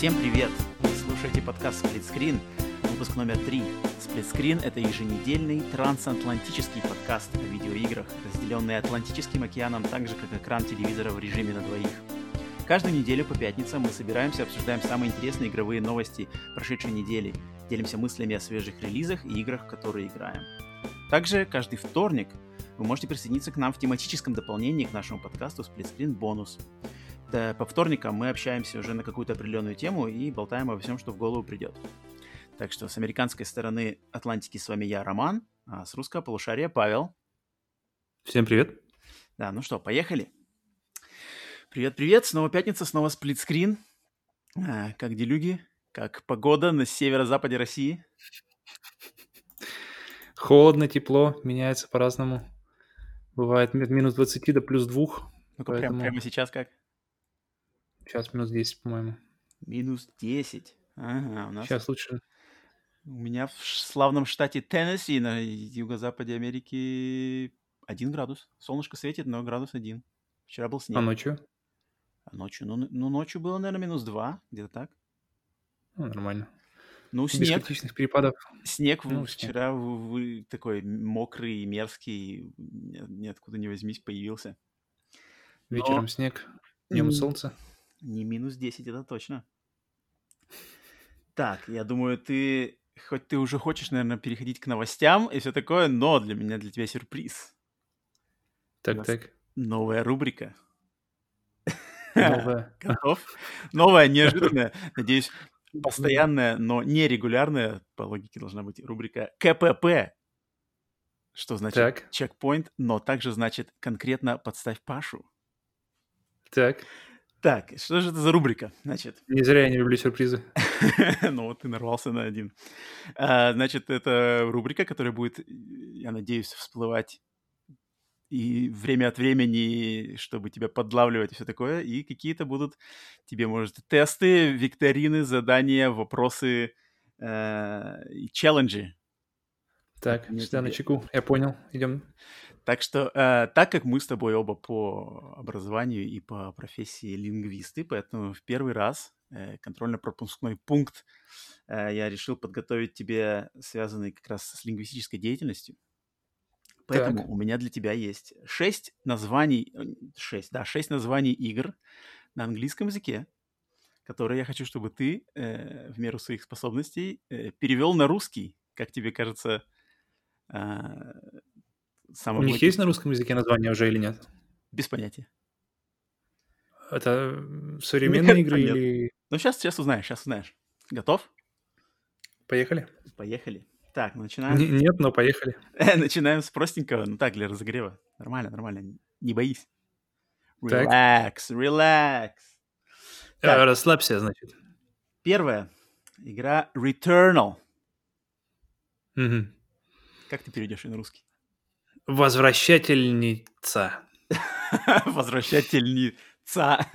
Всем привет! Вы слушаете подкаст Split Screen, выпуск номер 3. Split Screen — это еженедельный трансатлантический подкаст о видеоиграх, разделенный Атлантическим океаном так же, как экран телевизора в режиме на двоих. Каждую неделю по пятницам мы собираемся и обсуждаем самые интересные игровые новости прошедшей недели, делимся мыслями о свежих релизах и играх, в которые играем. Также каждый вторник вы можете присоединиться к нам в тематическом дополнении к нашему подкасту Split Screen Бонус. По вторникам мы общаемся уже на какую-то определенную тему и болтаем обо всем, что в голову придет. Так что с американской стороны Атлантики с вами я, Роман, а с русского полушария Павел. Всем привет. Да, ну что, поехали. Привет-привет, снова пятница, снова сплитскрин. Как делюги? Как погода на северо-западе России? Холодно, тепло, меняется по-разному. Бывает от минус 20 до плюс 2. Ну-ка, прямо сейчас как? Сейчас минус 10, по-моему. Минус 10. Ага, у нас... Сейчас лучше. У меня в славном штате Теннесси на юго-западе Америки 1 градус. Солнышко светит, но градус 1. Вчера был снег. А ночью? А ночью? Ну, ночью было, наверное, минус 2, где-то так. Ну, нормально. Ну, Без снег. критичных перепадов. Снег вчера такой мокрый и мерзкий, ниоткуда не возьмись, появился. Вечером снег, днем солнце. Не минус 10, это точно. Так, я думаю, хоть ты уже хочешь, наверное, переходить к новостям и все такое, но для тебя сюрприз. Так. Новая рубрика. Новая. Готов? Новая, неожиданная, надеюсь, постоянная, но нерегулярная, по логике должна быть рубрика КПП. Что значит чекпоинт, но также значит конкретно подставь Пашу. Так, что же это за рубрика? Значит... Не зря я не люблю сюрпризы. Ну вот ты нарвался на один. Значит, это рубрика, которая будет, я надеюсь, всплывать и время от времени, чтобы тебя подлавливать и все такое. И какие-то будут тебе, может, тесты, викторины, задания, вопросы и челленджи. Так, всегда на чеку. Я понял. Идем. Так что, так как мы с тобой оба по образованию и по профессии лингвисты, поэтому в первый раз контрольно-пропускной пункт я решил подготовить тебе, связанный как раз с лингвистической деятельностью. Поэтому у меня для тебя есть 6 названий игр на английском языке, которые я хочу, чтобы ты в меру своих способностей перевел на русский. Как тебе кажется... У них есть на русском языке название уже или нет? Без понятия. Это современные игры или... Ну, сейчас узнаешь. Готов? Поехали. Так, начинаем. Нет, но поехали. Начинаем с простенького. Ну так, для разогрева. Нормально. Не боись. Relax. Расслабься, значит. Первая игра Returnal. Угу. Как ты перейдешь ее на русский? Возвращательница. Возвращательница.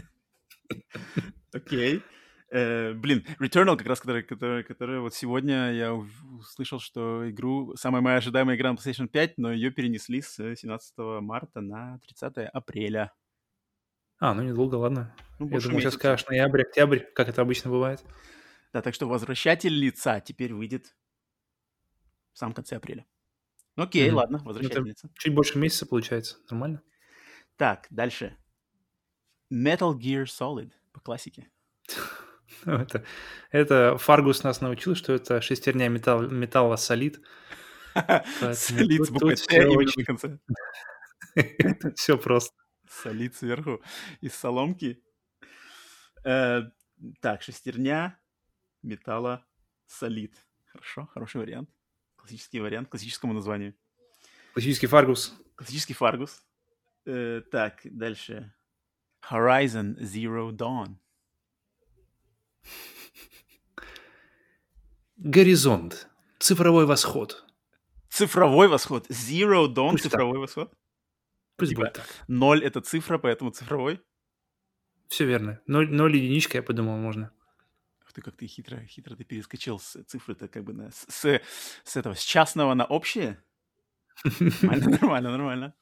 Окей. Returnal, как раз, которая вот сегодня я услышал, что самая моя ожидаемая игра на PlayStation 5, но ее перенесли с 17 марта на 30 апреля. Ну недолго, ладно. Ну, я думал, сейчас скажешь ноябрь, октябрь, как это обычно бывает. Да, так что Возвращательница теперь выйдет в самом конце апреля. Окей, ладно, Возвращательница. Это чуть больше месяца получается, нормально. Так, дальше. Metal Gear Solid, по классике. Это Фаргус нас научил, что это шестерня металла солид. Солид с буквой Т именно на конце. Все просто. Солид сверху из соломки. Так, шестерня металла солид. Хорошо, хороший вариант. Классический вариант, классическому названию. Классический Фаргус. Так, дальше. Horizon Zero Dawn. Горизонт. Цифровой восход. Zero Dawn, Пусть цифровой восход? Пусть будет так. 0 — это цифра, поэтому цифровой? Все верно. 0 единичка, я подумал, можно. Ах ты, как ты хитро ты перескочил с цифры-то как бы с частного на общее? Нормально.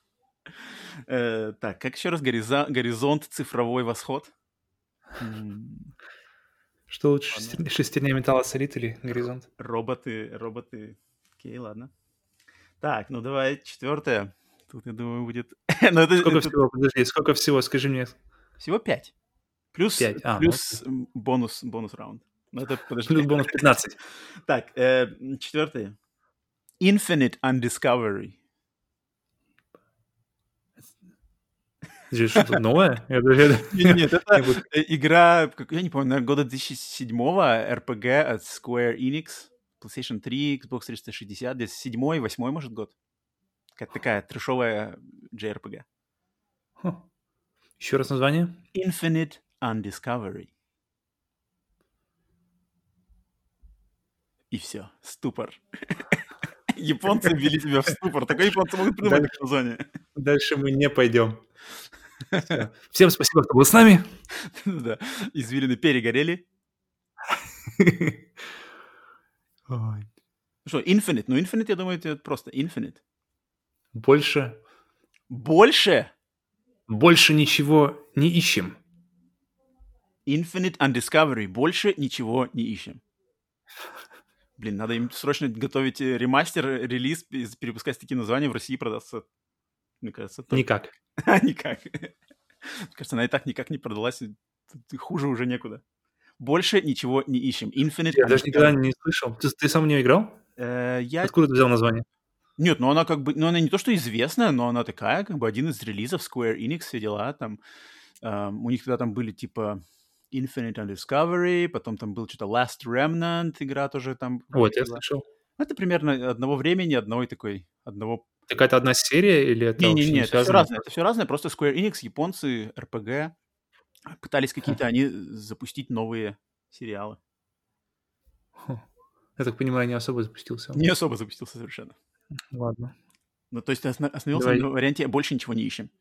Так, как еще раз? Горизонт, цифровой восход. Что лучше, Ладно. шестерня металла солид или горизонт? Роботы. Окей, ладно. Так, ну давай 4. Тут, я думаю, будет... Ну, Сколько это всего, подожди, сколько всего, скажи мне. всего 5. Плюс, 5. Ну окей. плюс бонус раунд. Ну, это, подожди. Плюс бонус 15. Так, 4. Infinite Undiscovery. Здесь что-то новое? Нет, это игра, я не помню, наверное, года 2007-го, RPG от Square Enix, PlayStation 3, Xbox 360, где 7-й, 8-й, может, год. Какая-то такая трешовая JRPG. Еще раз название? Infinite Undiscovery. И все, ступор. Японцы ввели тебя в ступор. Такое японцы могут придумать такое название. Дальше мы не пойдем. Всё. Всем спасибо, кто был с нами. Да, извилины перегорели. Ой. Что, Infinite? Ну, Infinite, я думаю, это просто Infinite. Больше ничего не ищем. Infinite Undiscovery. Больше ничего не ищем. Блин, надо им срочно готовить ремастер, релиз, перепускать такие названия, в России продастся, мне кажется, только. Никак. Никак. Мне кажется, она и так никак не продалась, и хуже уже некуда. Больше ничего не ищем. Infinite Я даже никогда Undiscovery. не слышал. Ты сам в нее играл? Я... Откуда ты взял название? Нет, ну она как бы, ну она не то, что известная, но она такая, как бы один из релизов Square Enix, все дела, там, у них тогда там были типа Infinite Undiscovery, потом там был что-то Last Remnant, игра тоже там Вот, я была. слышал. Это примерно одного времени, одного... Какая-то одна серия или это вообще Не-не-не, не это все связано? разное, просто Square Enix, японцы, RPG, пытались какие-то они запустить новые сериалы. Я так понимаю, не особо запустился. Не особо запустился совершенно. Ладно. Ну, то есть ты остановился Давай. на варианте «больше ничего не ищем».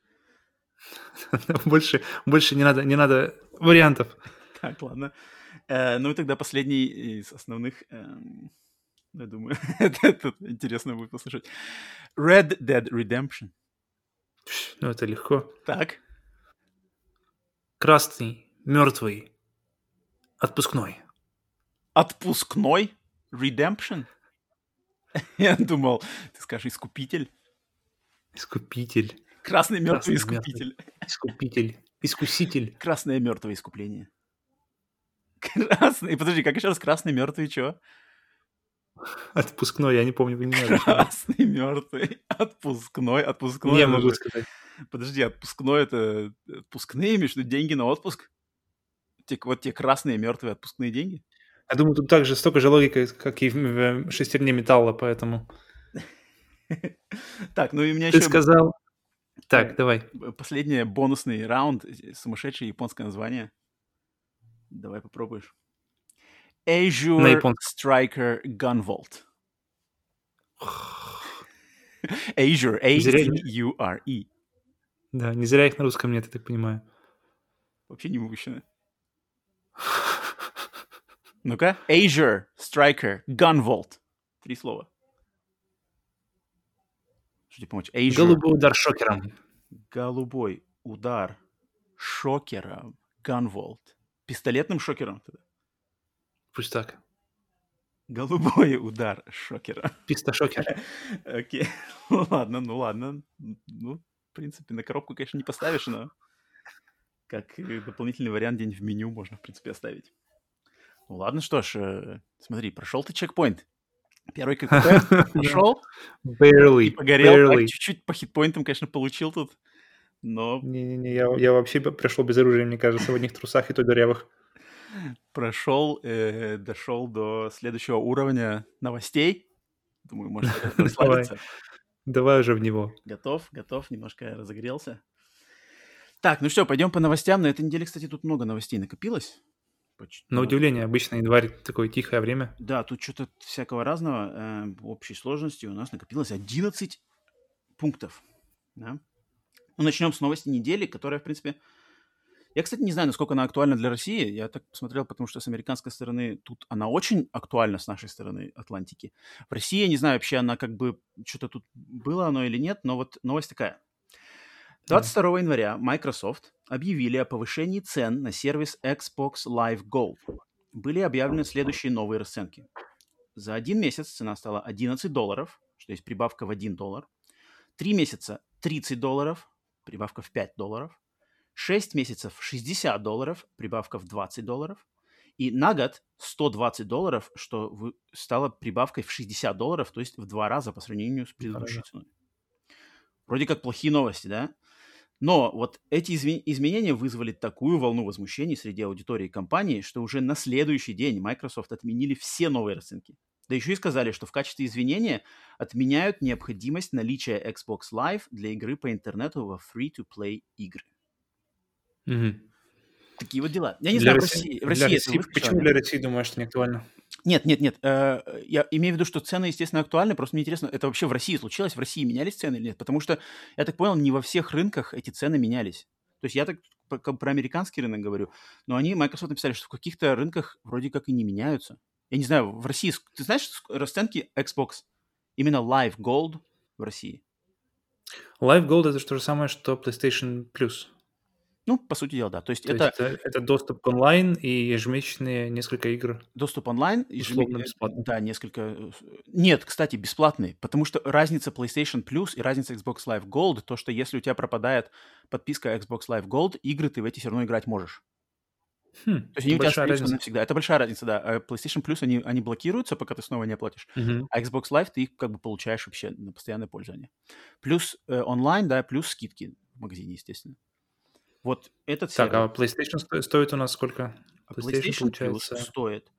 Больше не надо вариантов. Так, ладно. Ну и тогда последний из основных, я думаю, это интересно будет послушать. Red Dead Redemption. Ну, это легко. Так. Красный, мертвый, отпускной. Отпускной? Redemption? Я думал, ты скажешь «искупитель». Искупитель. Красный мертвый Красный, искупитель. Искупитель. Искуситель. Красное мертвое искупление. Красный. Подожди, как еще раз красный мертвый что? Отпускной, я не помню. Красный мертвый. Отпускной. Не могу сказать. Подожди, отпускной это отпускные, имеешь в виду деньги на отпуск? Вот те красные мертвые отпускные деньги? Я думаю, тут также столько же логики, как и в шестерне металла, поэтому... Так, ну и у меня Ты еще... сказал... Так, давай. Последний бонусный раунд, сумасшедшее японское название. Давай попробуешь. Azure Striker Gunvolt. Azure, A-Z-U-R-E. Да, не зря их на русском нет, я так понимаю. Вообще не выпущено. Ну-ка. Azure Striker Gunvolt. 3 слова. Что тебе помочь? Azure. Голубой удар шокером. Голубой удар шокером. Gunvolt. Пистолетным шокером тогда? Пусть так. Голубой удар шокером. Пистошокер. Окей. Ладно. Ну, в принципе, на коробку, конечно, не поставишь, но как дополнительный вариант где-нибудь в меню можно, в принципе, оставить. Ну ладно, что ж, смотри, прошел ты чекпоинт. Первый ККП прошел. Barely. И погорел. Так, чуть-чуть по хитпоинтам, конечно, получил тут, но... Не-не-не, я вообще пришел без оружия, мне кажется, в одних трусах и то дырявых. Прошел, дошел до следующего уровня новостей. Думаю, можно расслабиться. Давай уже в него. Готов, немножко разогрелся. Так, ну что, пойдем по новостям. На этой неделе, кстати, тут много новостей накопилось. На удивление, обычно январь такое тихое время. Да, тут что-то всякого разного. В общей сложности у нас накопилось 11 пунктов. Да? Ну, начнем с новости недели, которая, в принципе... Я, кстати, не знаю, насколько она актуальна для России. Я так посмотрел, потому что с американской стороны тут она очень актуальна, с нашей стороны Атлантики. В России, я не знаю, вообще она как бы... Что-то тут было оно или нет, но вот новость такая. 22 января Microsoft объявили о повышении цен на сервис Xbox Live Gold. были объявлены следующие новые расценки. За 1 месяц цена стала $11, что есть прибавка в $1. 3 месяца $30, прибавка в $5. 6 месяцев $60, прибавка в $20. И на год $120, что стало прибавкой в $60, то есть в 2 раза по сравнению с предыдущей ценой. Вроде как плохие новости, да? Но вот эти изменения вызвали такую волну возмущений среди аудитории компании, что уже на следующий день Microsoft отменили все новые расценки. Да еще и сказали, что в качестве извинения отменяют необходимость наличия Xbox Live для игры по интернету во free-to-play игры. Мгм. Такие вот дела. Я не Для знаю, в России, России это выскочило, почему нет? для России думаешь, что не актуально? Нет. Я имею в виду, что цены, естественно, актуальны. Просто мне интересно, это вообще в России случилось? В России менялись цены или нет? Потому что, я так понял, не во всех рынках эти цены менялись. То есть я так про американский рынок говорю, но они, Microsoft, написали, что в каких-то рынках вроде как и не меняются. Я не знаю, в России, ты знаешь расценки Xbox? Именно Live Gold в России. Live Gold — это же то же самое, что PlayStation Plus. Ну, по сути дела, да. То есть То есть это это доступ к онлайн и ежемесячные несколько игр доступ онлайн, условно бесплатно. да, несколько... Нет, кстати, бесплатный, потому что разница PlayStation Plus и разница Xbox Live Gold, то, что если у тебя пропадает подписка Xbox Live Gold, игры ты в эти все равно играть можешь. То есть они у тебя Большая остаются разница. навсегда. Это большая разница, да. А PlayStation Plus, они блокируются, пока ты снова не оплатишь. Мгм. А Xbox Live ты их как бы получаешь вообще на постоянное пользование. Плюс онлайн, да, плюс скидки в магазине, естественно. Вот этот Так, сервис. а PlayStation стоит у нас сколько? А PlayStation PlayStation Plus получается... стоит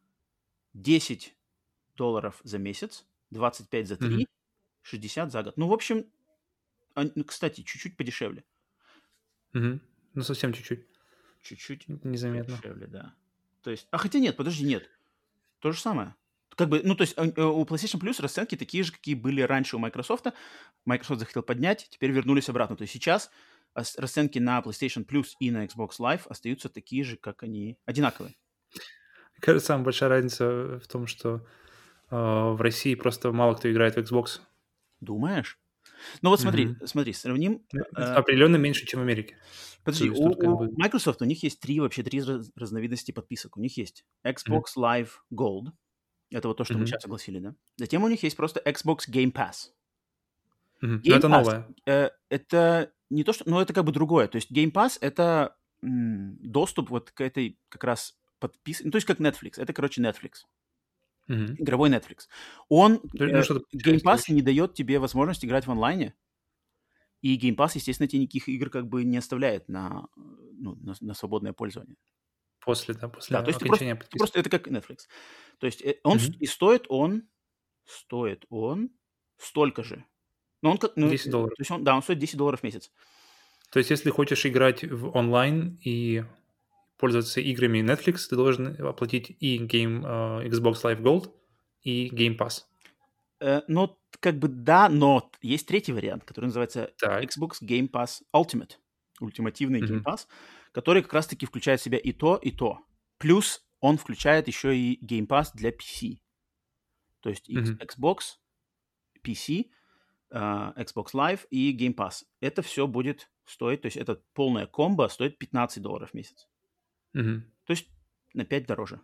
$10 за месяц, 25 за Мгм. 3, 60 за год. Ну, в общем, кстати, чуть-чуть подешевле. Мгм. Ну, совсем чуть-чуть. Чуть-чуть Незаметно. подешевле, да. То есть, хотя нет, подожди, нет. То же самое. Как бы, ну, то есть у PlayStation Plus расценки такие же, какие были раньше у Microsoft. Microsoft захотел поднять, теперь вернулись обратно. То есть сейчас расценки на PlayStation Plus и на Xbox Live остаются такие же, как они, одинаковые. Мне кажется, самая большая разница в том, что в России просто мало кто играет в Xbox. Думаешь? Ну вот смотри, Мгм. сравним. Определенно меньше, чем в Америке. То Подожди, есть тут как у бы... Microsoft у них есть три разновидности подписок. У них есть Мгм. Xbox Live Gold. Это вот то, что мы Мгм. сейчас согласили, да? Затем у них есть просто Xbox Game Pass. Мгм. Но Game это Pass новое. это не то, что... Но это как бы другое. То есть Game Pass — это доступ вот к этой как раз подписке. Ну, то есть как Netflix. Это, короче, Netflix. Мгм. Игровой Netflix. Он, Ну, что-то Game получается, Pass короче. не дает тебе возможность играть в онлайне. И Game Pass, естественно, тебе никаких игр как бы не оставляет на свободное пользование. После Да, то есть окончания ты подписки. просто это как Netflix. То есть Мгм. стоит он столько же. Но он как, $10. то есть он стоит $10 в месяц. То есть если хочешь играть в онлайн и пользоваться играми Netflix, ты должен оплатить и Xbox Live Gold, и Game Pass. Но как бы да, но есть третий вариант, который называется Так. Xbox Game Pass Ultimate, ультимативный Game Мгм. Pass, который как раз-таки включает в себя и то, и то. Плюс он включает еще и Game Pass для PC. То есть Мгм. Xbox, PC, Xbox Live и Game Pass. Это все будет стоить, то есть это полная комбо стоит $15 в месяц. Мгм. То есть на 5 дороже.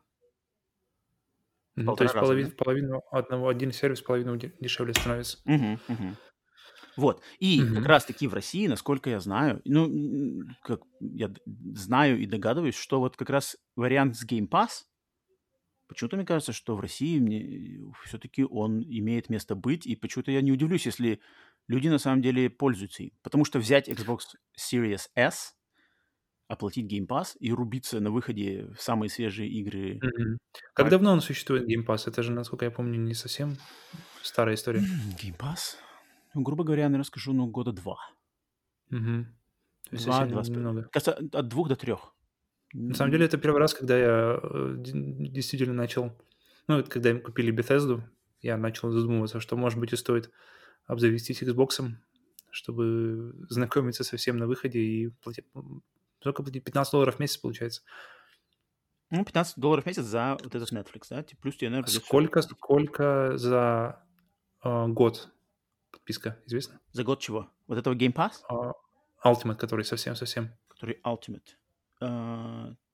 В Мгм. То полтора есть раза, да? один сервис в половину дешевле становится. Мгм, мгм. Вот. И как Мгм. раз-таки в России, насколько я знаю, ну, как я знаю и догадываюсь, что вот как раз вариант с Game Pass, почему-то мне кажется, что в России мне все-таки он имеет место быть, и почему-то я не удивлюсь, если люди на самом деле пользуются им. Потому что взять Xbox Series S, оплатить Game Pass и рубиться на выходе в самые свежие игры. Мгм. Как давно он существует, Game Pass? Это же, насколько я помню, не совсем старая история. Game Pass? Ну, грубо говоря, наверное, скажу, ну, года два. Мгм. То есть Два, совсем два с половиной. немного. Кажется, от 2 до 3. На самом деле, это первый раз, когда я действительно начал... Ну, вот когда им купили Bethesda, я начал задумываться, что, может быть, и стоит обзавестись Xbox, чтобы знакомиться со всем на выходе и платить... Сколько платить? $15 в месяц, получается. Ну, $15 в месяц за вот этот Netflix, да? Плюс тебе, наверное, придется платить. Сколько за год подписка, известно? За год чего? Вот этого Game Pass, А, Ultimate, который совсем-совсем. который Ultimate.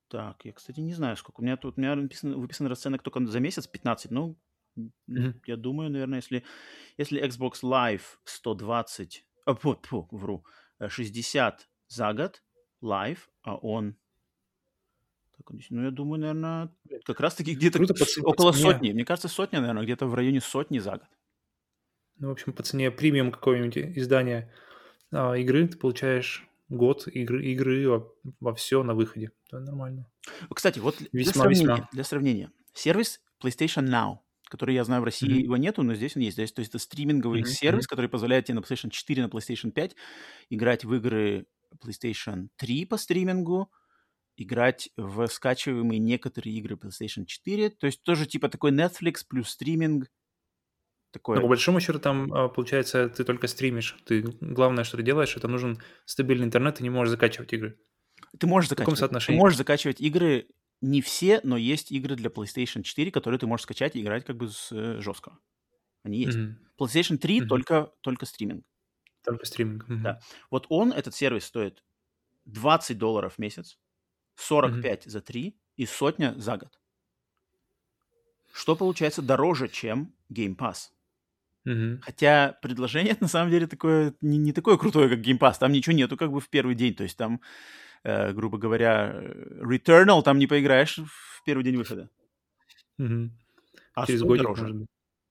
Так, я, кстати, не знаю, сколько. У меня выписан расценок только за месяц 15. Ну, Мгм. я думаю, наверное, если Xbox Live 120, вру, 60 за год Live, а он, так, ну, я думаю, наверное, Блин, как раз-таки где-то круто по около цене. сотни. Мне кажется, сотня, наверное, где-то в районе сотни за год. Ну, в общем, по цене премиум какого-нибудь издания, игры ты получаешь год игры во всё на выходе. Это нормально. Кстати, вот Весьма-весьма. для сравнения, сервис PlayStation Now, который, я знаю, в России Мгм. его нету, но здесь он есть. То есть это стриминговый Мгм. Мгм. сервис, который позволяет тебе на PlayStation 4, на PlayStation 5 играть в игры PlayStation 3 по стримингу, играть в скачиваемые некоторые игры PlayStation 4. То есть тоже типа такой Netflix плюс стриминг. Но Такое. по большому счету там, получается, ты только стримишь. Ты главное, что ты делаешь, это нужен стабильный интернет, ты не можешь закачивать игры. В каком Ты соотношении? можешь закачивать игры, не все, но есть игры для PlayStation 4, которые ты можешь скачать и играть как бы с жесткого. Они есть. Мгм. PlayStation 3 Мгм. только стриминг. Только стриминг. Да. Мгм. Вот он, этот сервис, стоит $20 в месяц, сорок Мгм. пять за 3 и сотня за год. Что получается дороже, чем Game Pass. Мгм. Хотя предложение на самом деле такое не такое крутое, как Game Pass. Там ничего нету как бы в первый день. То есть там, грубо говоря, Returnal там не поиграешь в первый день выхода. Мгм. А Через стоит годик, дороже. может быть.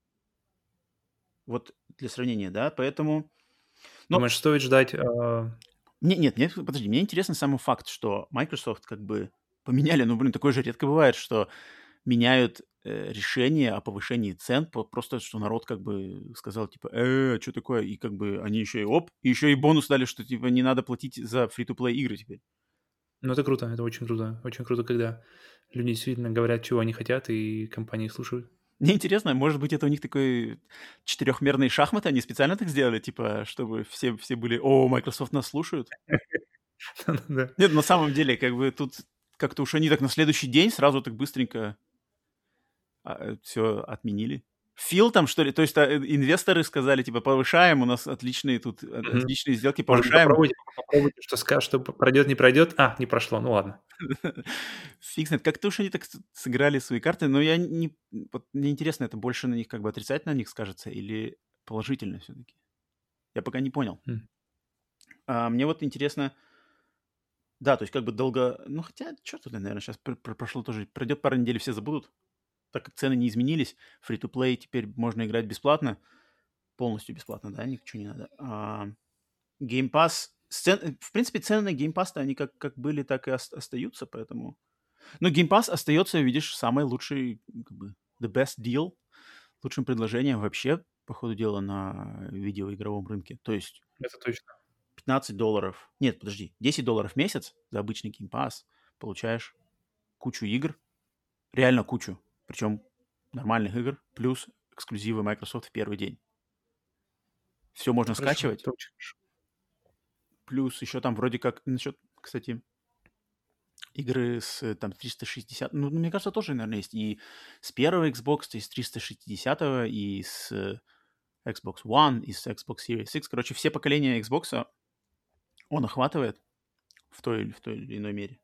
Вот для сравнения, да, поэтому... Но Думаешь, стоит ждать, нет, подожди, мне интересен сам факт, что Microsoft как бы поменяли, ну, блин, такое же редко бывает, что меняют решение о повышении цен, просто что народ как бы сказал, типа, что такое? И как бы они еще и и еще и бонус дали, что типа не надо платить за фри-то-плей игры теперь. ну, это круто, это очень круто. Очень круто, когда люди действительно говорят, чего они хотят, и компании слушают. Мне интересно, может быть, это у них такой четырехмерные шахматы, они специально так сделали, типа, чтобы все были, о, Microsoft нас слушают. Да. Нет, на самом деле, как бы тут как-то уж они так на следующий день сразу так быстренько все отменили. Фил там, что ли? То есть, инвесторы сказали, типа: "Повышаем, у нас отличные тут, Мгм. отличные сделки, Может быть, повышаем". попробуйте, что скажут, что пройдет, не пройдет. Не прошло, ну ладно. Фиг знает. Как-то уж они так сыграли свои карты, но я не вот мне интересно, это больше на них как бы отрицательно на них скажется или положительно все таки. Я пока не понял. М. Мне вот интересно, да, то есть как бы долго ну, хотя чё тут, наверное, сейчас прошло тоже пройдет пара недель, все забудут, так как цены не изменились. Free to play теперь можно играть бесплатно, полностью бесплатно, да, ничего не надо. Game Pass, в принципе, цены на Game Pass-то они как были, так и остаются, поэтому... Но Game Pass остается, видишь, самый лучший, как бы, the best deal, лучшим предложением вообще, по ходу дела, на видеоигровом рынке. То есть Это точно. $15, нет, подожди, $10 в месяц за обычный Game Pass, получаешь кучу игр, реально кучу, причем нормальных игр, плюс эксклюзивы Microsoft в первый день. Все Это можно хорошо, скачивать, это очень хорошо. плюс еще там вроде как насчет, кстати, игры с, там 360, ну, мне кажется, тоже, наверное, есть и с первого Xbox, и с 360, и с Xbox One, и с Xbox Series X. Короче, все поколения Xbox он охватывает в той или иной мере.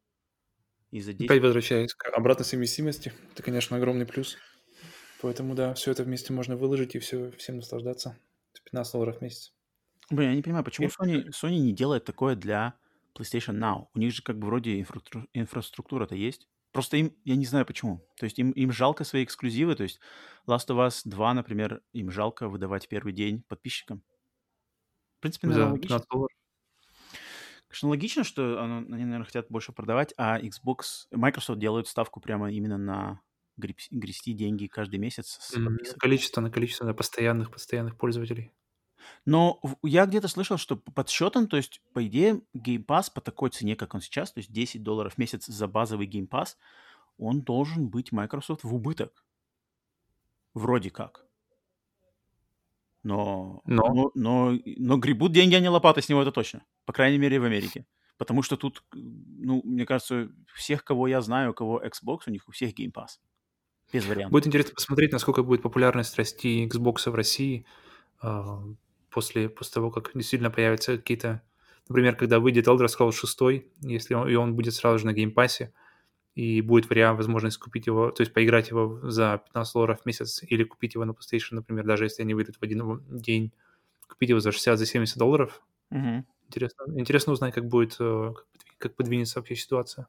И за 10... Опять возвращаясь к обратной совместимости, это, конечно, огромный плюс. Поэтому да, все это вместе можно выложить и всем наслаждаться. Это $15 в месяц. Блин, я не понимаю, почему И Sony не делает такое для PlayStation Now? У них же как бы вроде инфраструктура-то есть. Просто им, я не знаю почему. То есть им жалко свои эксклюзивы. То есть Last of Us 2, например, им жалко выдавать в первый день подписчикам. В принципе, наверное, за логично. $15. Конечно, логично, что они, наверное, хотят больше продавать, а Microsoft делают ставку прямо именно на грести деньги каждый месяц с На подписок. количество, на постоянных пользователей. Но я где-то слышал, что по подсчетам, то есть, по идее, Game Pass по такой цене, как он сейчас, то есть $10 в месяц за базовый Game Pass, он должен быть Microsoft в убыток. Вроде как. Но, Но но, но, но гребут деньги они лопатой с него, это точно. По крайней мере, в Америке. Потому что тут, ну, мне кажется, всех, кого я знаю, у кого Xbox, у них у всех Game Pass. Без вариантов. будет интересно посмотреть, насколько будет популярность расти Xbox в России, а, после того, как действительно появятся какие-то например, когда выйдет Elder Scrolls 6, если он будет сразу же на геймпассе, и будет возможность купить его, то есть поиграть его за $15 в месяц или купить его на PlayStation, например, даже если они выйдут в один день, купить его за 60, за $70. Мгм. Интересно узнать, как будет, как подвинется вообще ситуация.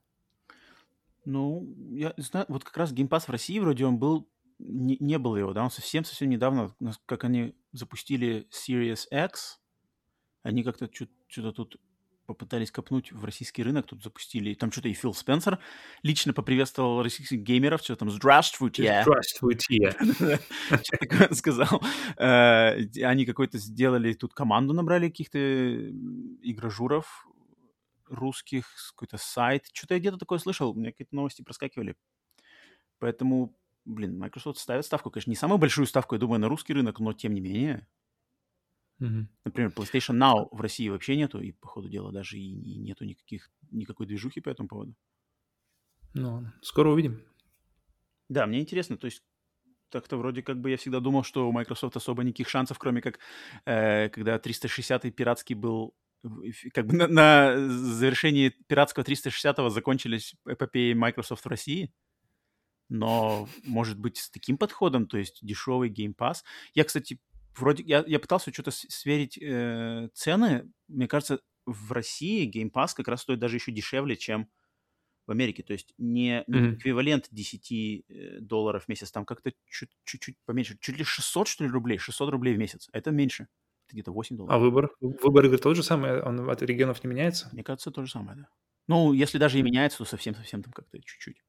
Ну, я знаю, вот как раз Game Pass в России вроде он был, не было его, да, он совсем недавно, как они запустили Series X, они как-то что-то тут попытались копнуть в российский рынок, тут запустили, там что-то и Фил Спенсер лично поприветствовал российских геймеров, что там «Здравствуйте!» Здравствуйте. Что такое сказал. Они какой-то сделали, тут команду набрали каких-то игражуров русских, какой-то сайт. Что-то я где-то такое слышал, у меня какие-то новости проскакивали. Поэтому, блин, Microsoft ставит ставку, конечно, не самую большую ставку, я думаю, на русский рынок, но тем не менее. Мгм. Например, PlayStation Now в России вообще нету, и, по ходу дела, даже и нету никакой движухи по этому поводу. Ну, ладно. Скоро увидим. Да, мне интересно, то есть так-то вроде как бы я всегда думал, что у Microsoft особо никаких шансов, кроме как когда 360-й пиратский был, как бы на завершении пиратского 360-го закончились эпопеи Microsoft в России. Но, может быть, с таким подходом, то есть дешевый Game Pass. Я, кстати, вроде я пытался что-то сверить цены. Мне кажется, в России Game Pass как раз стоит даже еще дешевле, чем в Америке. То есть не Мгм. эквивалент $10 в месяц, там как-то чуть-чуть поменьше. Чуть ли 600, что ли, рублей? 600 рублей в месяц. Это меньше. Это где-то $8. А выбор игр тот же самый, он от регионов не меняется? Мне кажется, то же самое, да. Ну, если даже и меняется, то совсем-совсем там как-то чуть-чуть.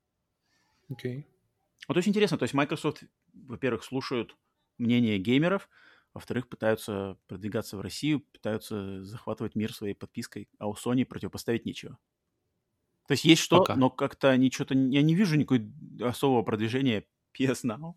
Окей. Ну, то есть интересно, то есть Microsoft, во-первых, слушают мнение геймеров, во-вторых, пытаются продвигаться в Россию, пытаются захватывать мир своей подпиской, а у Sony противопоставить нечего. То есть что, Пока. но как-то я не вижу никакой особого продвижения PS Now.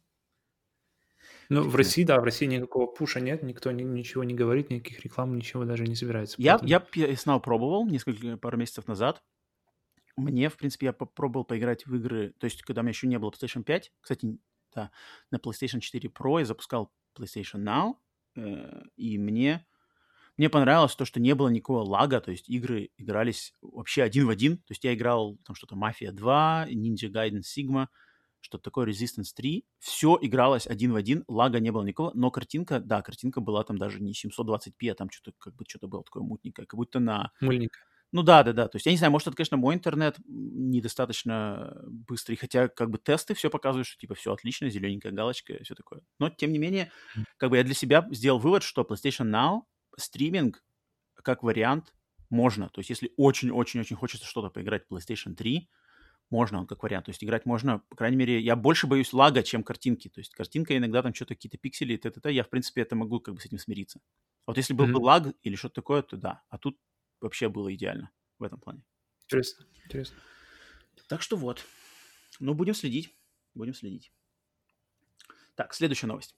Ну, в Фиг знает. России, да, в России никакого пуша нет, никто ничего не говорит, никаких реклам, ничего даже не собирается, Я поэтому... PS Now пробовал пару месяцев назад. Мне, в принципе, я попробовал поиграть в игры, то есть когда у меня еще не было PlayStation 5, кстати, да, на PlayStation 4 Pro я запускал PlayStation Now, и мне понравилось то, что не было никакого лага, то есть игры игрались вообще один в один. То есть я играл там что-то Mafia 2, Ninja Gaiden Sigma, что-то такое, Resistance 3. Все игралось один в один, лага не было никакого, но картинка была там даже не 720p, а там что-то было такое мутненькое, как будто на... Мыльника. Ну да. То есть я не знаю, может, это, конечно, мой интернет недостаточно быстрый, хотя как бы тесты все показывают, что типа все отлично, зелененькая галочка, все такое. Но тем не менее, как бы я для себя сделал вывод, что PlayStation Now стриминг как вариант можно. То есть если очень-очень-очень хочется что-то поиграть в PlayStation 3, можно он как вариант. То есть играть можно, по крайней мере, я больше боюсь лага, чем картинки. То есть картинка иногда там что-то какие-то пиксели, я, в принципе, это могу как бы с этим смириться. А вот если был бы Мгм. лаг или что-то такое, то да. А тут вообще было идеально в этом плане. Интересно, интересно. Так что вот. Ну, будем следить. Будем следить. Так, следующая новость.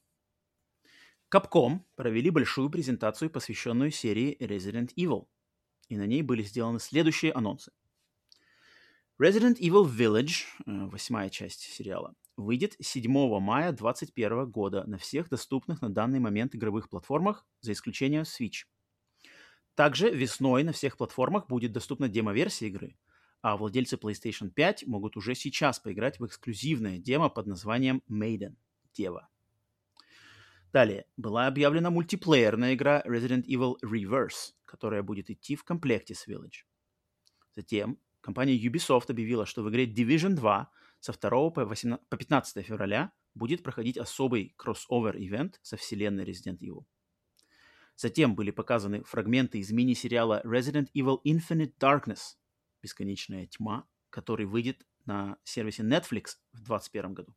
Capcom провели большую презентацию, посвященную серии Resident Evil. И на ней были сделаны следующие анонсы. Resident Evil Village, 8-я часть сериала, выйдет 7 мая 2021 года на всех доступных на данный момент игровых платформах, за исключением Switch. Также весной на всех платформах будет доступна демо-версия игры, а владельцы PlayStation 5 могут уже сейчас поиграть в эксклюзивное демо под названием Maiden – Дева. Далее была объявлена мультиплеерная игра Resident Evil Reverse, которая будет идти в комплекте с Village. Затем компания Ubisoft объявила, что в игре Division 2 со 2 по 15 февраля будет проходить особый кроссовер-ивент со вселенной Resident Evil. Затем были показаны фрагменты из мини-сериала Resident Evil Infinite Darkness – Бесконечная тьма, который выйдет на сервисе Netflix в 2021 году.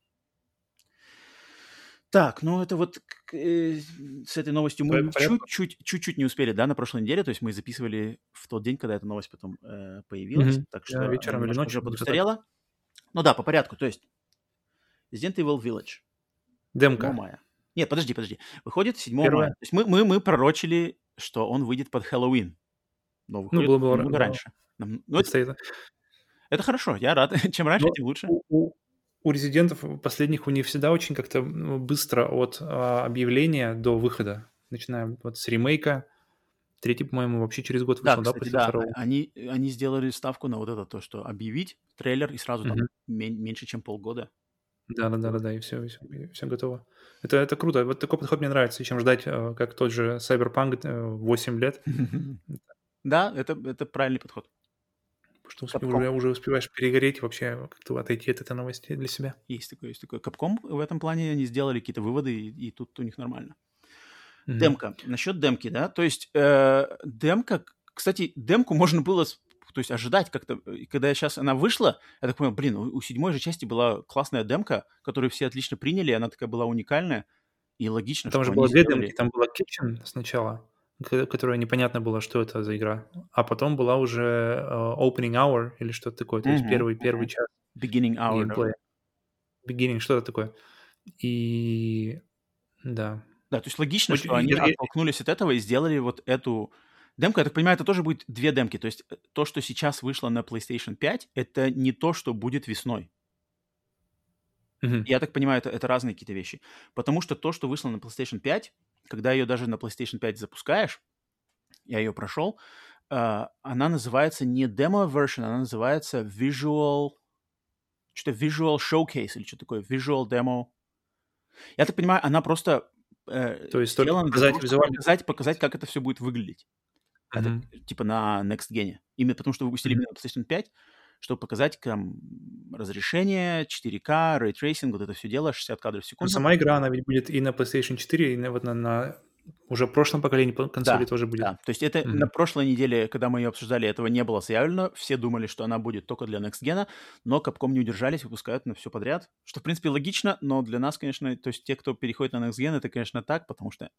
Так, ну это вот с этой новостью Давай мы по порядку. чуть-чуть не успели, да, на прошлой неделе, то есть мы записывали в тот день, когда эта новость потом появилась, Мгм. так Да, что она вечером или немножко уже ночью, где-то так. подустарела. Ну да, по порядку, то есть Resident Evil Village 7 Демка. мая. Нет, подожди. Выходит 7 мая. Первая. То есть мы пророчили, что он выйдет под Хэллоуин, но Ну, выходит было бы немного раньше. Ну, предстоит. это хорошо, я рад. Чем раньше, Но тем лучше. у резидентов последних, у них всегда очень как-то быстро от объявления до выхода. Начиная вот с ремейка, Третий, по-моему, вообще через год Да, вышел, да, кстати, после да, второго? они сделали ставку на вот это, то, что объявить трейлер и сразу там Мгм. меньше, чем полгода. Вот. Да-да-да-да-да, и все готово. Это круто. Вот такой подход мне нравится, чем ждать, как тот же Cyberpunk, 8 лет. Да, это правильный подход. Потому что Капком. уже успеваешь перегореть, вообще как-то отойти от этой новости для себя. Есть такое, есть такое. Капком в этом плане они сделали какие-то выводы, и тут у них нормально. Мгм. Демка. Насчет демки, да, то есть демка, кстати, демку можно было то есть ожидать как-то. И когда сейчас она вышла, я так понял, блин, у седьмой же части была классная демка, которую все отлично приняли, она такая была уникальная, и логично, Там что же они было 2 демки. сделали. Там была Kitchen сначала, которая непонятно было, что это за игра, а потом была уже, Opening Hour или что-то такое, то есть Мгм, первый мгм. час Beginning Hour, да. геймплея. Beginning, что-то такое. И да. Да, то есть логично, Очень что они я оттолкнулись от этого и сделали вот эту демку. Я так понимаю, это тоже будет 2 демки. То есть, то, что сейчас вышло на PlayStation 5, это не то, что будет весной. Мгм. Я так понимаю, это разные какие-то вещи. Потому что то, что вышло на PlayStation 5, когда ее даже на PlayStation 5 запускаешь, я ее прошел, она называется не demo version, она называется Visual, что-то Visual Showcase или что такое, Visual Demo. Я так понимаю, она просто То есть только сделана для показать того, чтобы визуально, как это показать, выглядит. как это все будет выглядеть. Это Мгм. типа на Next Gen. Именно потому, что выпустили Мгм. именно на PlayStation 5, чтобы показать там разрешение, 4К, Ray Tracing, вот это все дело, 60 кадров в Но секунду. сама игра, она ведь будет и на PlayStation 4, и вот на уже прошлом поколении консолей Да, тоже будет. да. То есть это на Мгм. прошлой неделе, когда мы ее обсуждали, этого не было заявлено. Все думали, что она будет только для Next Gen, но Capcom не удержались, выпускают на все подряд. Что, в принципе, логично, но для нас, конечно, то есть те, кто переходит на Next Gen, это, конечно, так, потому что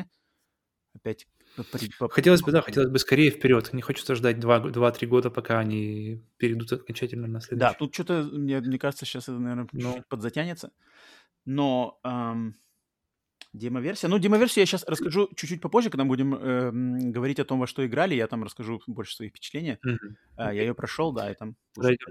опять Хотелось бы, да, хотелось бы скорее вперед. Не хочется ждать 2-3 года, пока они перейдут окончательно на Да, следующий. тут что-то, мне кажется, сейчас это, наверное, Ну, чуть-чуть подзатянется. Но демо-версия. Ну, демо-версию я сейчас расскажу чуть-чуть попозже, когда мы будем говорить о том, во что играли. Я там расскажу больше своих впечатлений. мгм. Я Окей. ее прошел, да, и там уже. Тогда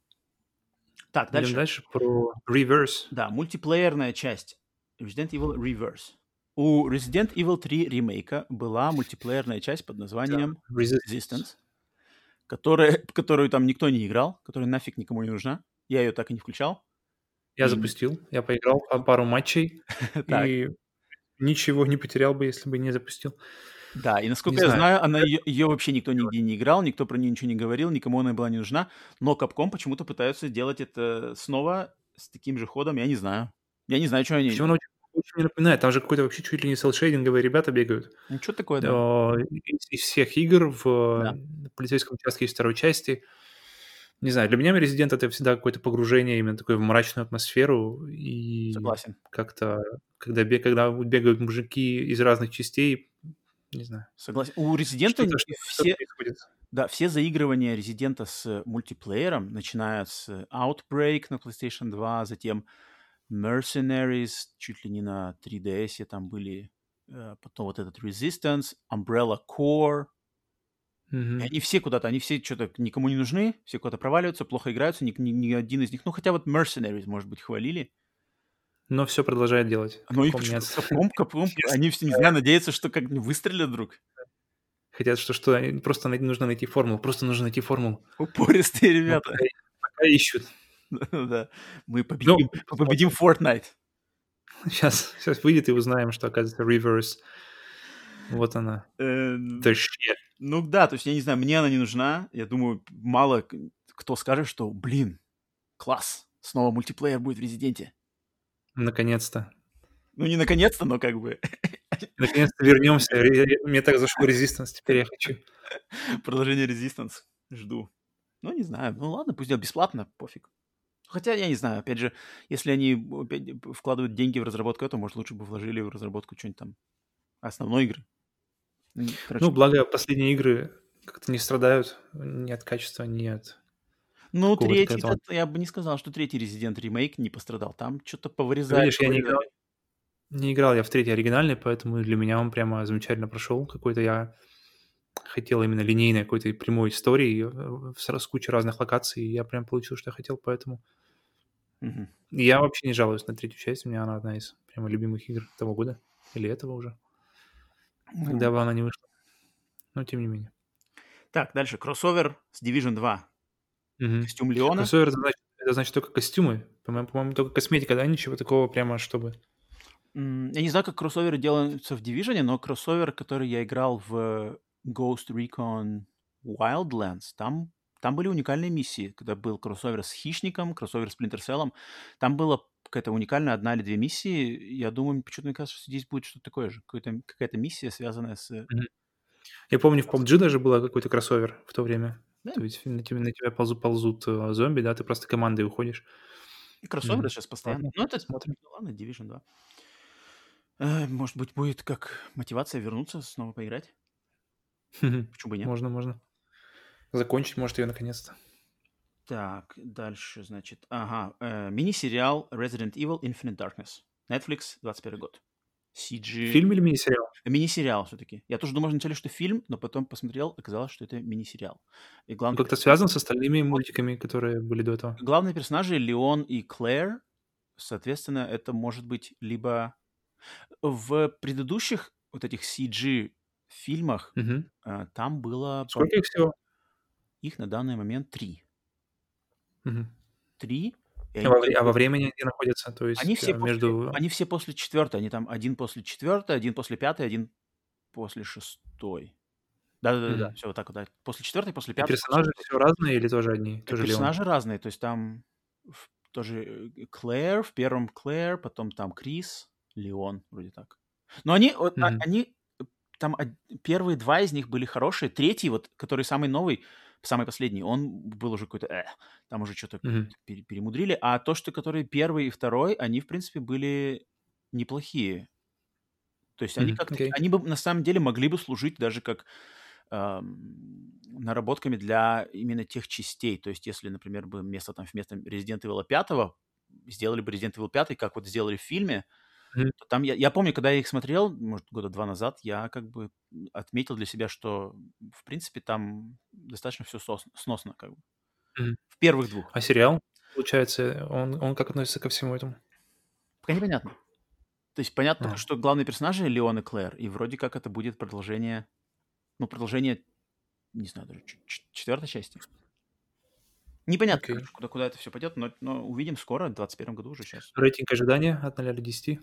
Так, идем дальше. дальше про Reverse. Да, мультиплеерная часть. Resident Evil Reverse. У Resident Evil 3 ремейка была мультиплеерная часть под Да, названием Resistance. Resistance, которую там никто не играл, которая нафиг никому не нужна. Я ее так и не включал. Я И запустил, я поиграл пару матчей так, и ничего не потерял бы, если бы не запустил. да, и Не насколько я знаю, знаю, ее вообще никто нигде не играл, никто про нее ничего не говорил, никому она была не нужна. Но Capcom почему-то пытаются делать это снова с таким же ходом, я не знаю. Я не знаю, что они... причем она очень мне напоминает, там же какой-то вообще чуть ли не селшейдинговые ребята бегают. Ну, что такое, да. Из всех игр в Да, полицейском участке из второй части. Не знаю, для меня Resident это всегда какое-то погружение именно такое в мрачную атмосферу. И согласен. как-то, когда бегают мужики из разных частей, не знаю, Согласен. У Резидента что-то все, происходит. да, все заигрывания Резидента с мультиплеером, начиная с Outbreak на PlayStation 2, затем Mercenaries, чуть ли не на 3DS там были, потом вот этот Resistance, Umbrella Core. И Мгм. они все куда-то, они все что-то никому не нужны, все куда-то проваливаются, плохо играются, ни один из них. Ну, хотя вот Mercenaries, может быть, хвалили. Но все продолжает делать. Но их Capcom почему-то нет. Capcom, Честно. они все, не знаю, надеются, что как выстрелят вдруг. Хотят, что просто нужно найти формулу, просто нужно найти формулу. Упористые Но ребята. пока ищут. Да, мы Ну, победим, мы победим посмотрим. Fortnite. Сейчас выйдет и узнаем, что, оказывается, Reverse. Вот она. Э, The shit. ну да, то есть я не знаю, мне она не нужна. Я думаю, мало кто скажет, что, блин, класс, снова мультиплеер будет в Резиденте. Наконец-то. Ну, не наконец-то, но как бы Наконец-то вернемся. Мне так зашел Resistance, теперь я хочу. продолжение Resistance жду. Ну, не знаю, ну ладно, пусть делают бесплатно, пофиг. Хотя, я не знаю, опять же, если они опять вкладывают деньги в разработку этого, может, лучше бы вложили в разработку что-нибудь там основной игры. Ну, Короче, благо, последние игры как-то не страдают ни от качества, ни от ну, какого-то третий, этого. я бы не сказал, что третий Resident ремейк не пострадал. Там что-то Ну, повырезали, видишь, я повырезали. не играл я в третий оригинальный, поэтому для меня он прямо замечательно прошел. Какой-то я хотел именно линейной какой-то прямой истории с кучей разных локаций, и я прям получил, что я хотел, поэтому Мгм. я вообще не жалуюсь на третью часть. У меня она одна из прямо любимых игр того года или этого уже, Ну, когда бы она не вышла. но тем не менее. Так, дальше. Кроссовер с Division 2. Мгм. Костюм Леона. Кроссовер — это значит только костюмы. По-моему, только косметика, да? Ничего такого прямо, чтобы... Я не знаю, как кроссоверы делаются в Division, но кроссовер, который я играл в Ghost Recon Wildlands, там были уникальные миссии, когда был кроссовер с Хищником, кроссовер с Splinter Cell. Там была какая-то уникальная одна или две миссии. Я думаю, почему-то мне кажется, что здесь будет что-то такое же. Какая-то миссия, связанная с... Мгм. Я помню, в PUBG даже был какой-то кроссовер в то время. Да, То есть на тебя ползут зомби, да, ты просто командой уходишь. и кроссоверы Мгм. сейчас постоянно. Ладно, Ну, это, посмотрим. ну ладно, Division 2. Может быть, будет как мотивация вернуться, снова поиграть? Почему бы и нет? Можно. Закончить, может, ее наконец-то. Так, дальше, значит, мини-сериал Resident Evil Infinite Darkness. Netflix, 21 год. CG... Фильм или мини-сериал? Мини-сериал все-таки. Я тоже думал вначале, что фильм, но потом посмотрел, оказалось, что это мини-сериал. И Ну, главный как-то персонаж... связан с остальными мультиками, которые были до этого? Главные персонажи Леон и Клэр, соответственно, это может быть либо в предыдущих вот этих CG-фильмах Мгм. там было, Сколько их всего? их на данный момент 3. Мгм. 3, и А они во как вре а бы во времени где находятся? То Они есть, все после между... они все после 4-й. Они там один после 4-й, один после 5-й, один после 6-й. Да-да-да-да, Мгм. всё вот так вот, да. После 4-й, после И 5-й, после персонажи 6-й. все разные или тоже одни? Тоже Леон? Персонажи разные, то есть там тоже, Клэр, в первом Клэр, потом там Крис, Леон, вроде так. Но они вот, Мгм. они там первые 2 из них были хорошие. Третий, вот, который самый новый, самый последний, он был уже какой-то, там уже что то Мгм. перемудрили. А то, что которые первый и второй, они, в принципе, были неплохие. То есть они Мгм. как таки Окей. они бы на самом деле могли бы служить даже как, наработками для именно тех частей. То есть если, например, бы вместо Resident Evil 5 сделали бы Resident Evil 5, как вот сделали в фильме, Мгм. то там я помню, когда я их смотрел, может, года 2 назад, я как бы, отметил для себя, что, в принципе, там достаточно все сносно как бы. Мгм. В первых двух. А сериал, получается, он как относится ко всему этому? Пока непонятно. То есть понятно только, А, что главные персонажи Леон и Клэр, и вроде как это будет продолжение, ну, продолжение, не знаю, даже 4 части. Непонятно, окей. короче, куда это все пойдет, но увидим скоро, в 21 году уже сейчас. Рейтинг ожидания от 0 до 10?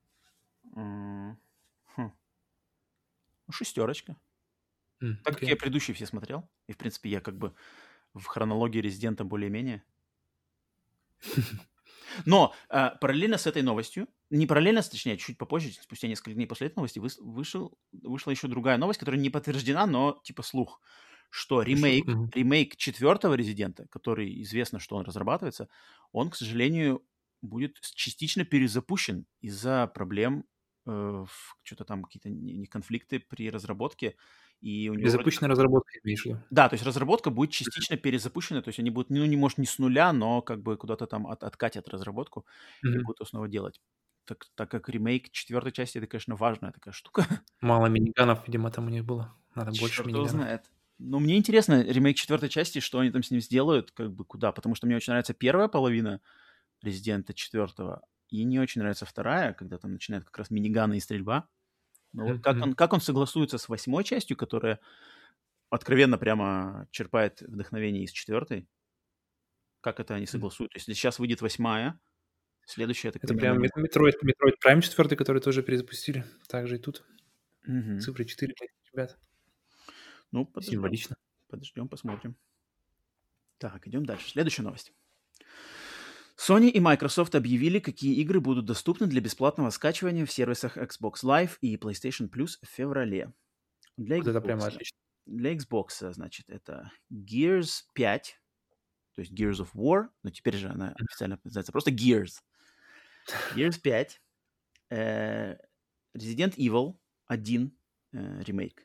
М, хм, ну, 6. Так как Окей. я предыдущие все смотрел, и, в принципе, я как бы в хронологии Резидента более-менее. Но, параллельно с этой новостью, не параллельно, точнее, чуть попозже, спустя несколько дней после этой новости, вышла еще другая новость, которая не подтверждена, но типа слух, что Что? ремейк четвертого Резидента, который известно, что он разрабатывается, он, к сожалению, будет частично перезапущен из-за проблем, что-то там какие-то конфликты при разработке, и у него вроде как... Перезапущенная разработка, имеешь в виду? Да, то есть разработка будет частично перезапущена, то есть они будут, ну, не может, не с нуля, но как бы куда-то там откатят разработку и Мгм. будут его снова делать. Так как ремейк четвертой части — это, конечно, важная такая штука. Мало миниганов, видимо, там у них было. Надо больше Черт его миниганов. знает. Но мне интересно, ремейк четвертой части, что они там с ним сделают, как бы куда. Потому что мне очень нравится первая половина Резидента четвертого, и не очень нравится вторая, когда там начинают как раз миниганы и стрельба. Но вот Мгм, мгм, как он согласуется с восьмой частью, которая откровенно прямо черпает вдохновение из четвертой, как это они м. согласуют? Если сейчас выйдет восьмая, следующая, я так Это понимаю, прям наверно... Metroid Prime 4, который тоже перезапустили. Также и тут Мгм. цифры 4, ребят. Ну, подождем, Символично. посмотрим. Так, идем дальше. Следующая новость. Sony и Microsoft объявили, какие игры будут доступны для бесплатного скачивания в сервисах Xbox Live и PlayStation Plus в феврале. Для Вот это Xbox, прямо отлично. значит, это Gears 5, то есть Gears of War, но теперь же она Мгм. официально называется просто Gears. Gears 5, э, Resident Evil 1 ремейк,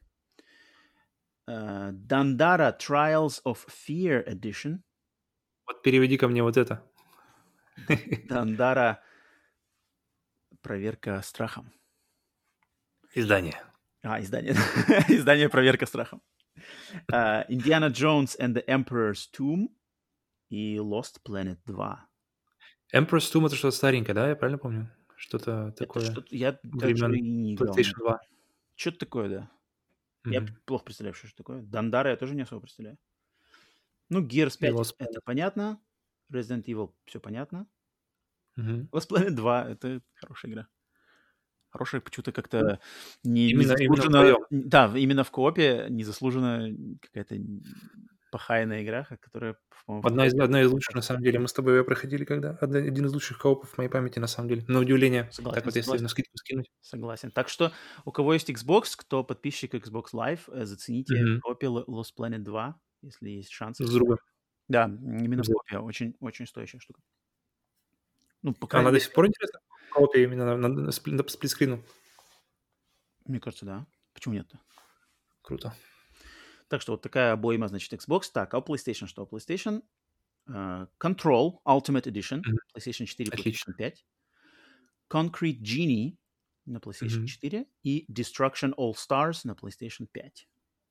Dandara Trials of Fear Edition, Вот переведи ко мне вот это. Dandara Проверка страхом. Издание. Издание. Издание «Проверка страхом». Indiana Jones and the Emperor's Tomb и Lost Planet 2. Emperor's Tomb — это что-то старенькое, да? Я правильно помню? Что-то Это такое что-то... Я даже времен и не играл. PlayStation 2. Что-то такое, да. Я Мгм. плохо представляю, что это такое. Дандара я тоже не особо представляю. Ну, Gears И 5 Lost это Planet. понятно. Resident Evil все понятно. Мгм. Lost Planet 2 это хорошая игра. Хорошая, почему-то Ну, как-то именно незаслуженно... вдвоем. Да, именно в коопе незаслуженно какая-то пахайная игра, которая, по-моему, в коопе Одна из лучших, на прекрасно. самом деле. Мы с тобой ее проходили когда? Один из лучших коопов в моей памяти, на самом деле. На удивление. Так Согласен, вот, если согласен. навскидку скинуть. Согласен. Так что у кого есть Xbox, кто подписчик Xbox Live, зацените в Мгм. коопе Lost Planet 2, если есть шанс. С другом. Да, именно в Обязательно. коопе. Очень, очень стоящая штука. Ну, по А крайней она до мере, сих пор интересна? В коопе именно на сплитскрину? мне кажется, да. Почему нет-то? Круто. Так что вот такая обойма, значит, Xbox. Так, а у PlayStation что? У PlayStation Control Ultimate Edition, Мгм. PlayStation 4, Отлично. PlayStation 5, Concrete Genie на PlayStation Мгм. 4 и Destruction All Stars на PlayStation 5.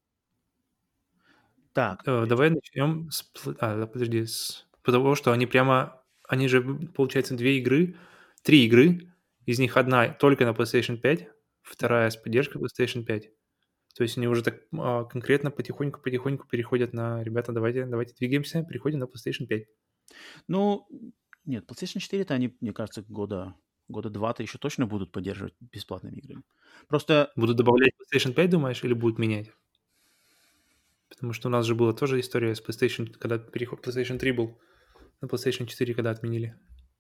Так, Давай начнем да, подожди, с того, что они же, получается, 3 игры, из них одна только на PlayStation 5, вторая с поддержкой PlayStation 5. То есть они уже так, конкретно потихоньку переходят на: "Ребята, давайте двигаемся, переходим на PlayStation 5". ну, нет, PlayStation 4-то они, мне кажется, года 2-то еще точно будут поддерживать бесплатными играми. Просто, Будут добавлять PlayStation 5, думаешь, или будут менять? Потому что у нас же была тоже история с PlayStation, когда переход PlayStation 3 был на PlayStation 4, когда отменили,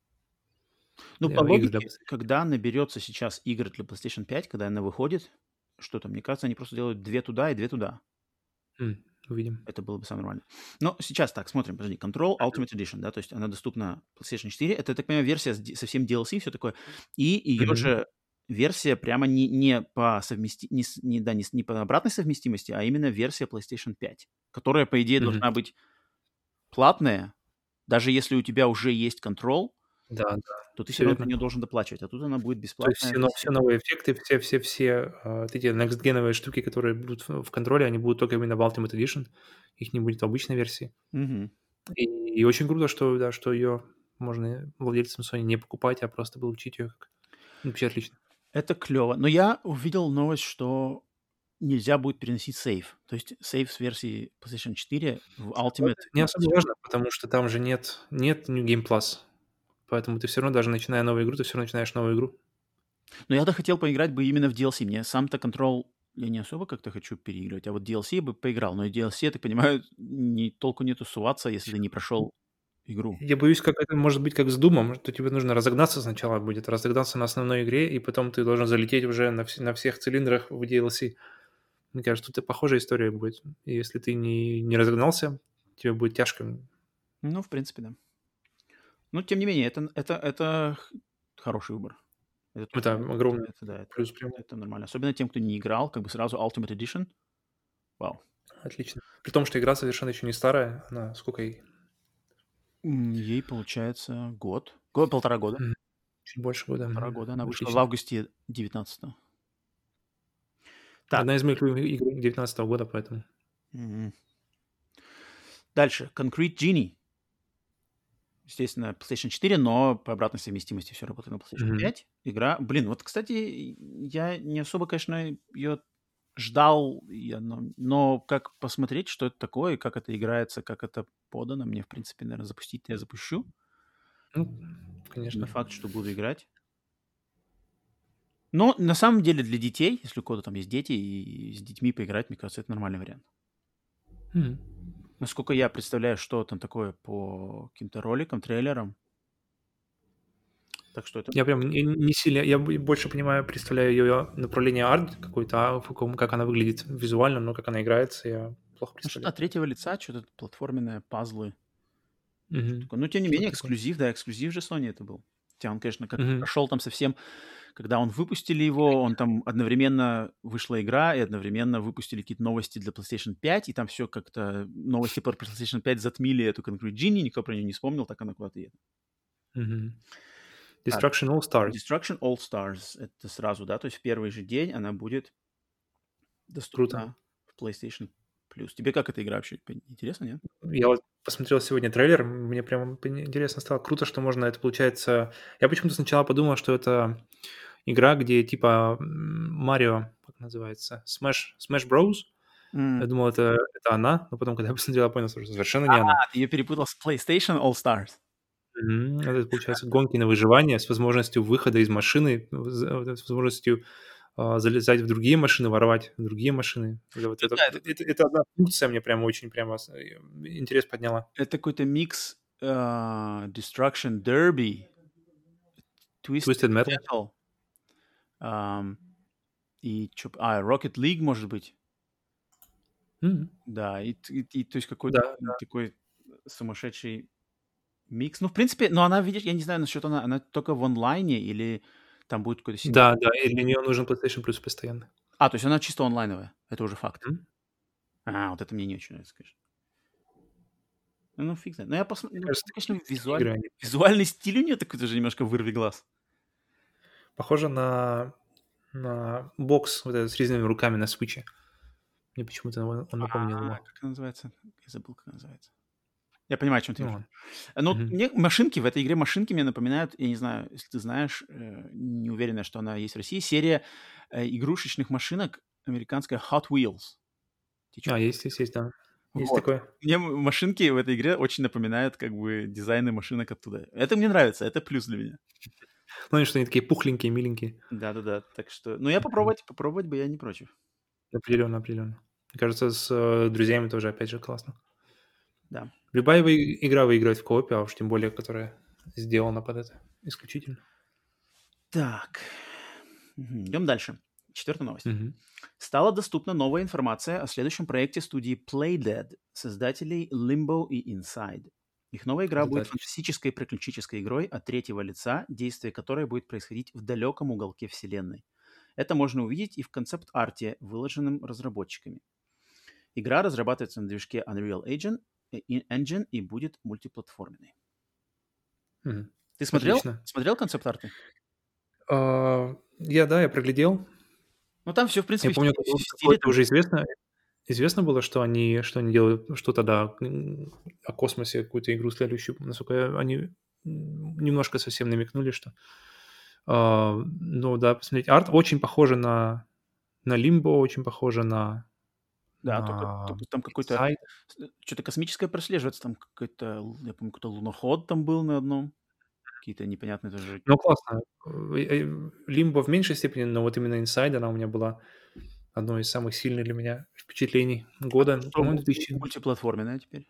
ну, по игры для логике, PlayStation. когда наберется сейчас игр для PlayStation 5, когда она выходит, что там, мне кажется, они просто делают 2 туда и 2 туда. Увидим. Это было бы самое нормальное. Но сейчас так, смотрим, подожди. Control Ultimate Edition, да, то есть она доступна PlayStation 4. Это, я так понимаю, версия со всем DLC и все такое. И ее Мгм. же версия прямо не по не по обратной совместимости, а именно версия PlayStation 5, которая, по идее, Мгм. должна быть платная. Даже если у тебя уже есть Control, Да, да, то ты все всё равно за верно. нее должен доплачивать. А тут она будет То есть бесплатная за все все. новые эффекты, все, вот эти некстгеновые штуки, которые будут в контроле, они будут только именно в Ultimate Edition. Их не будет в обычной версии. Мгм. И очень круто, что, да, что ее можно владельцам Sony не покупать, а просто получить ее как. Ну, вообще отлично. Это клево. Но я увидел новость, что нельзя будет переносить сейв. То есть сейв с версии PlayStation 4 в Но Ultimate это не на особо PlayStation 5. важно, потому что там же нет New Game Plus. Поэтому ты все равно, даже начиная новую игру, ты все равно начинаешь новую игру. Но я-то хотел поиграть бы именно в DLC. Мне сам-то Control я не особо как-то хочу переигрывать, а вот DLC бы поиграл. Но и DLC, я так понимаю, толку нету суваться, если ты не прошел игру. Я боюсь, как это может быть как с "Думом", что тебе нужно разогнаться сначала будет, разогнаться на основной игре, и потом ты должен залететь уже на всех цилиндрах в DLC. Мне кажется, тут и похожая история будет. И если ты не разогнался, тебе будет тяжко. Ну, в принципе, да. Но, тем не менее, это хороший выбор. Это Это точно, огромный это да, плюс прям. это нормально. Особенно тем, кто не играл, как бы сразу Ultimate Edition. Вау. Отлично. При том, что игра совершенно еще не старая. Она сколько ей? Ей, получается, полтора года. Мгм. Чуть больше года. Полтора года. Она вышла в Отлично. августе 19-го. Так, Одна из моих любимых игр 19 года, поэтому. мгм. Дальше. Concrete Genie. Естественно, PlayStation 4, но по обратной совместимости все работает на PlayStation Мгм. 5. Игра, блин, вот, кстати, я не особо, конечно, ее ждал, но как посмотреть, что это такое, как это играется, как это подано, мне, в принципе, наверное, запустить я запущу. Ну, Не конечно. факт, что буду играть. Но на самом деле для детей, если у кого-то там есть дети, и с детьми поиграть, мне кажется, это нормальный вариант. Мгм. Насколько я представляю, что там такое по каким-то роликам, трейлерам. Так что это... Я прям не сильно, я больше понимаю, представляю ее направление арт какой-то, а как она выглядит визуально, но как она играется, я плохо Ну, что-то представляю. от третьего лица, что-то платформенное, пазлы. Что Мгм. такое. Но, тем не менее, Что-то такое. эксклюзив, да, эксклюзив же Sony это был. Хотя он, конечно, как Мгм. прошел там совсем, когда он выпустили его, он там одновременно вышла игра, и одновременно выпустили какие-то новости для PlayStation 5, и там все как-то новости про PlayStation 5 затмили эту Concrete Genie, никто про нее не вспомнил, так она куда-то едет. Мгм. Так, Destruction All Stars. Destruction All Stars, это сразу, да, то есть в первый же день она будет Круто. доступна в PlayStation Plus. Тебе как эта игра вообще? Интересно, нет? Я вот посмотрел сегодня трейлер, мне прям интересно стало. Круто, что можно это, получается. Я почему-то сначала подумал, что это игра, где типа Марио, как называется, Smash Bros. Я думал, это она, но потом, когда я посмотрел, я понял, что совершенно не она. Ты ее перепутал с PlayStation All Stars. Это, получается, гонки на выживание с возможностью выхода из машины, с возможностью залезать в другие машины, воровать в другие машины. Ну да, Это одна функция мне прямо очень интерес подняла. это какой-то микс Destruction Derby, Twisted Twisted Metal. Metal, ам, и Rocket League, может быть. М, Да, и то есть какой-то Да, такой сумасшедший микс. Ну, в принципе, но она, видишь, я не знаю насчет она только в онлайне или там будет какой-то да, да, и для нее нужен PlayStation Plus постоянно. То есть она чисто онлайновая, это уже факт. М, Вот это мне не очень нравится, конечно. Ну, фиг знает. Но я Мне посмотрю, кажется, конечно, такие игры, они визуальный стиль у нее такой тоже немножко вырви глаз. похожи на бокс вот этот с резиновыми руками на свитче. Мне почему-то он напомнил его. Как она называется? Я забыл, как она называется. Я понимаю, о чем ты Ну имеешь. ладно. Ну, Мгм. мне машинки в этой игре, машинки мне напоминают, я не знаю, если ты знаешь, не уверена, что она есть в России, серия игрушечных машинок американская Hot Wheels. Тебе чё-то Есть, да. Есть Вот. такое. Мне машинки в этой игре очень напоминают как бы дизайны машинок оттуда. Это мне нравится, это плюс для меня. Ну, и что они такие пухленькие, миленькие. Да-да-да, так что... Ну, я попробовать бы я не против. Определенно, определенно. Мне кажется, с друзьями тоже, опять же, классно. Да. Любая игра выигрывает в коопе, а уж тем более, которая сделана под это исключительно. Так. Идем дальше. 4-я новость. Мгм. Стала доступна новая информация о следующем проекте студии Playdead, создателей Limbo и Inside. Их новая игра Вот это будет отлично. фантастической приключенческой игрой от третьего лица, действие которой будет происходить в далеком уголке вселенной. Это можно увидеть и в концепт-арте, выложенном разработчиками. Игра разрабатывается на движке Unreal Engine и будет мультиплатформенной. Мгм. Ты смотрел? Отлично. Смотрел концепт-арты? Я проглядел. Ну, там все, в Я принципе, помню, в стиле какое-то там... уже известно было, что они делают что-то, да, о космосе, какую-то игру следующую. Насколько они немножко совсем намекнули, что... Ну да, посмотреть. Арт очень похоже на Limbo, очень похоже Да, на только там какой-то... Inside. Что-то космическое прослеживается. Там какой-то, я помню, какой-то луноход там был на одном. Какие-то непонятные тоже... Ну, классно. Limbo в меньшей степени, но вот именно Inside, она у меня была одной из самых сильных для меня впечатлений года. Что, По-моему, 2000. мультиплатформенная теперь?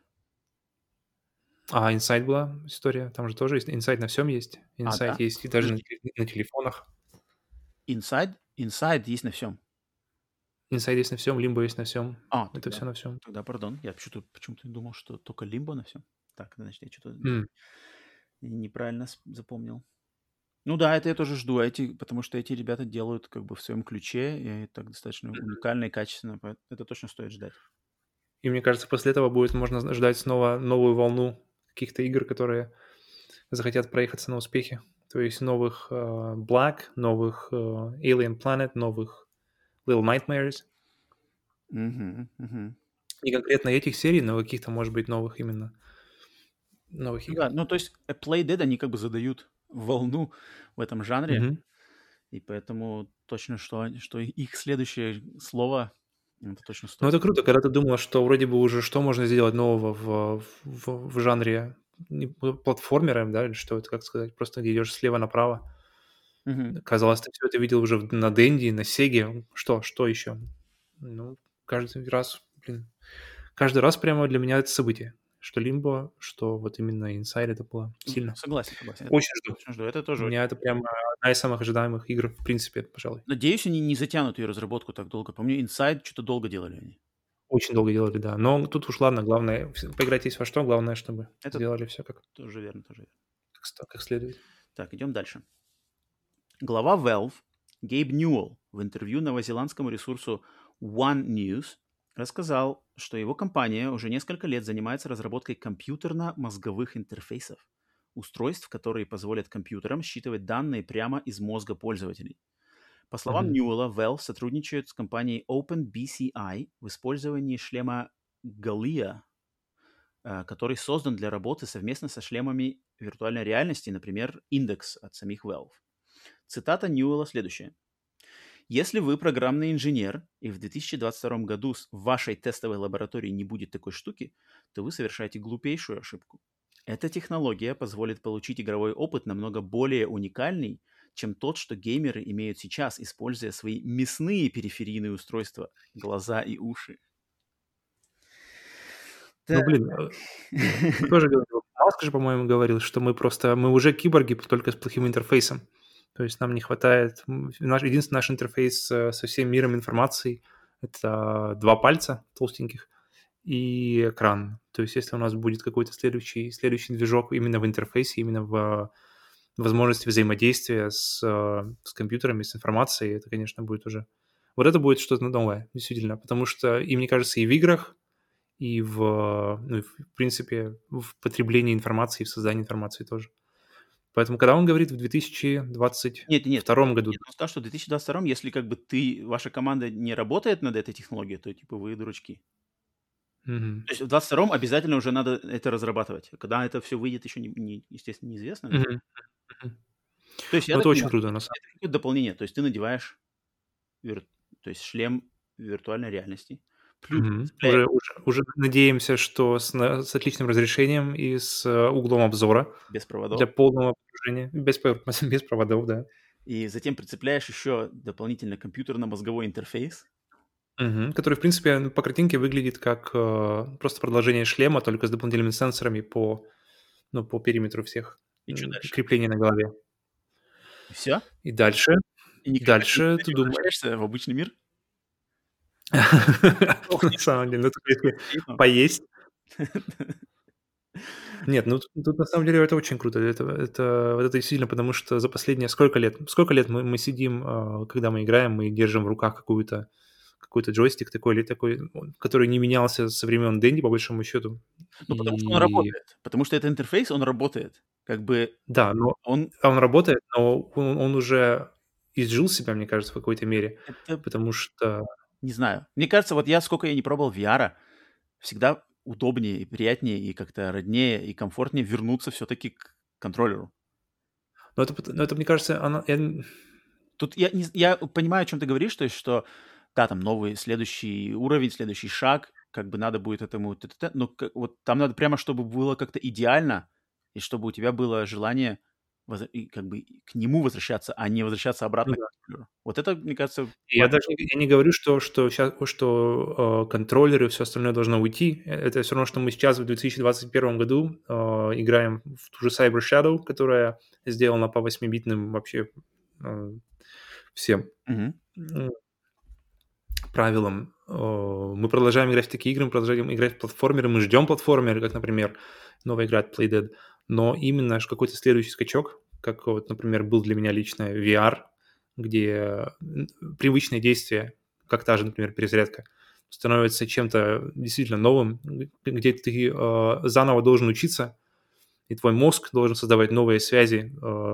Inside была история, там же тоже есть. Inside на всем есть. Inside Да? есть и даже Подожди. на телефонах. Inside есть на всем. Inside есть на всем, Limbo есть на всем. Это Тогда, все на всем. тогда, пардон. Я почему-то думал, что только Лимбо на всем. Так, значит, я что-то М. неправильно запомнил. Ну да, это я тоже жду, потому что эти ребята делают как бы в своем ключе, и так достаточно уникально и качественно, это точно стоит ждать. И мне кажется, после этого можно ждать снова новую волну каких-то игр, которые захотят проехаться на успехе. То есть новых Black, новых Alien Planet, новых Little Nightmares. Мгм, мгм. Не конкретно этих серий, но каких-то, может быть, новых Ну игр. да, ну то есть Play Dead, они как бы задают волну в этом жанре, Мгм. и поэтому точно, что их следующее слово, это точно Ну, стоит. это круто, когда ты думал, что вроде бы уже что можно сделать нового в жанре платформера, да, или что это, как сказать, просто где идешь слева направо. Мгм. Казалось, ты все это видел уже на Денди, на Сеге. Что еще? Ну, каждый раз прямо для меня это событие. Что Limbo, что вот именно Inside, это было сильно. Согласен. Очень жду. Очень жду. Это У тоже меня очень. это прямо одна из самых ожидаемых игр, в принципе, пожалуй. Надеюсь, они не затянут ее разработку так долго. По мне, Inside что-то долго делали они. Очень долго делали, да. Но тут уж ладно, главное, поиграть есть во что, главное, чтобы Это сделали все тоже верно, тоже верно. как следует. Так, идем дальше. Глава Valve Гейб Ньюэлл в интервью новозеландскому ресурсу One News рассказал, что его компания уже несколько лет занимается разработкой компьютерно-мозговых интерфейсов, устройств, которые позволят компьютерам считывать данные прямо из мозга пользователей. По словам Мгм. Ньюэлла, Valve сотрудничает с компанией OpenBCI в использовании шлема Galia, который создан для работы совместно со шлемами виртуальной реальности, например, Index от самих Valve. Цитата Ньюэлла следующая. Если вы программный инженер, и в 2022 году в вашей тестовой лаборатории не будет такой штуки, то вы совершаете глупейшую ошибку. Эта технология позволит получить игровой опыт намного более уникальный, чем тот, что геймеры имеют сейчас, используя свои мясные периферийные устройства, глаза и уши. Ну, блин, кто же говорил? Маск же, по-моему, говорил, что мы уже киборги, только с плохим интерфейсом. То есть нам не хватает... Единственный наш интерфейс со всем миром информации — это 2 пальца толстеньких и экран. То есть если у нас будет какой-то следующий движок именно в интерфейсе, именно в возможности взаимодействия с компьютерами, с информацией, это, конечно, будет уже... Вот это будет что-то новое, действительно, потому что, и мне кажется, и в играх, и в принципе, в потреблении информации, в создании информации тоже. Поэтому, когда он говорит в 2022 Нет, году... он сказал, что в 2022, если как бы ваша команда не работает над этой технологией, то типа вы дурачки. Мгм. То есть в 22-м обязательно уже надо это разрабатывать. Когда это все выйдет, еще, естественно, неизвестно. Мгм. Мгм. То есть я Ну, так это очень понимаю, круто, на самом это какое-то дополнение. То есть ты надеваешь то есть шлем виртуальной реальности, плюс Мгм. цепляешь Уже надеемся, что с отличным разрешением и с углом обзора без для проводов, полного погружения. Без проводов, да. и затем прицепляешь еще дополнительно компьютерно-мозговой интерфейс. Мгм. Который, в принципе, по картинке выглядит как просто продолжение шлема, только с дополнительными сенсорами по периметру всех И что дальше? креплений на голове. И всё? И дальше, И никогда дальше ты не думаешь... возвращаешься в обычный мир? На самом деле, ну, только если Сейфом? поесть. Нет, ну тут на самом деле это очень круто. Вот это действительно, потому что за последние сколько лет мы сидим, когда мы играем, мы держим в руках какой-то джойстик такой или такой, который не менялся со времен Денди, по большому счету. Ну, потому что он И работает. Потому что это интерфейс, он работает. Как бы да, но он он работает, но он уже изжил себя, мне кажется, в какой-то мере, это потому что... не знаю. Мне кажется, вот сколько я не пробовал VR, всегда удобнее и приятнее, и как-то роднее, и комфортнее вернуться все-таки к контроллеру. Но это, мне кажется, Тут я понимаю, о чем ты говоришь, то есть что, да, там новый следующий уровень, следующий шаг, как бы надо будет этому, но вот там надо прямо, чтобы было как-то идеально, и чтобы у тебя было желание и как бы к нему возвращаться, а не возвращаться ну обратно к да. контроллеру. Вот это, мне кажется, Я не говорю, что контроллеры и всё остальное должно уйти. Это все равно, что мы сейчас в 2021 году играем в ту же Cyber Shadow, которая сделана по 8-битным вообще э, всем Мгм. м, правилам. Мы продолжаем играть в такие игры, мы продолжаем играть в платформеры, мы ждем платформеры, как, например, новая игра от Playdead. Но именно какой-то следующий скачок, как вот, например, был для меня лично VR, где привычные действия, как та же, например, перезарядка, становится чем-то действительно новым, где ты заново должен учиться, и твой мозг должен создавать новые связи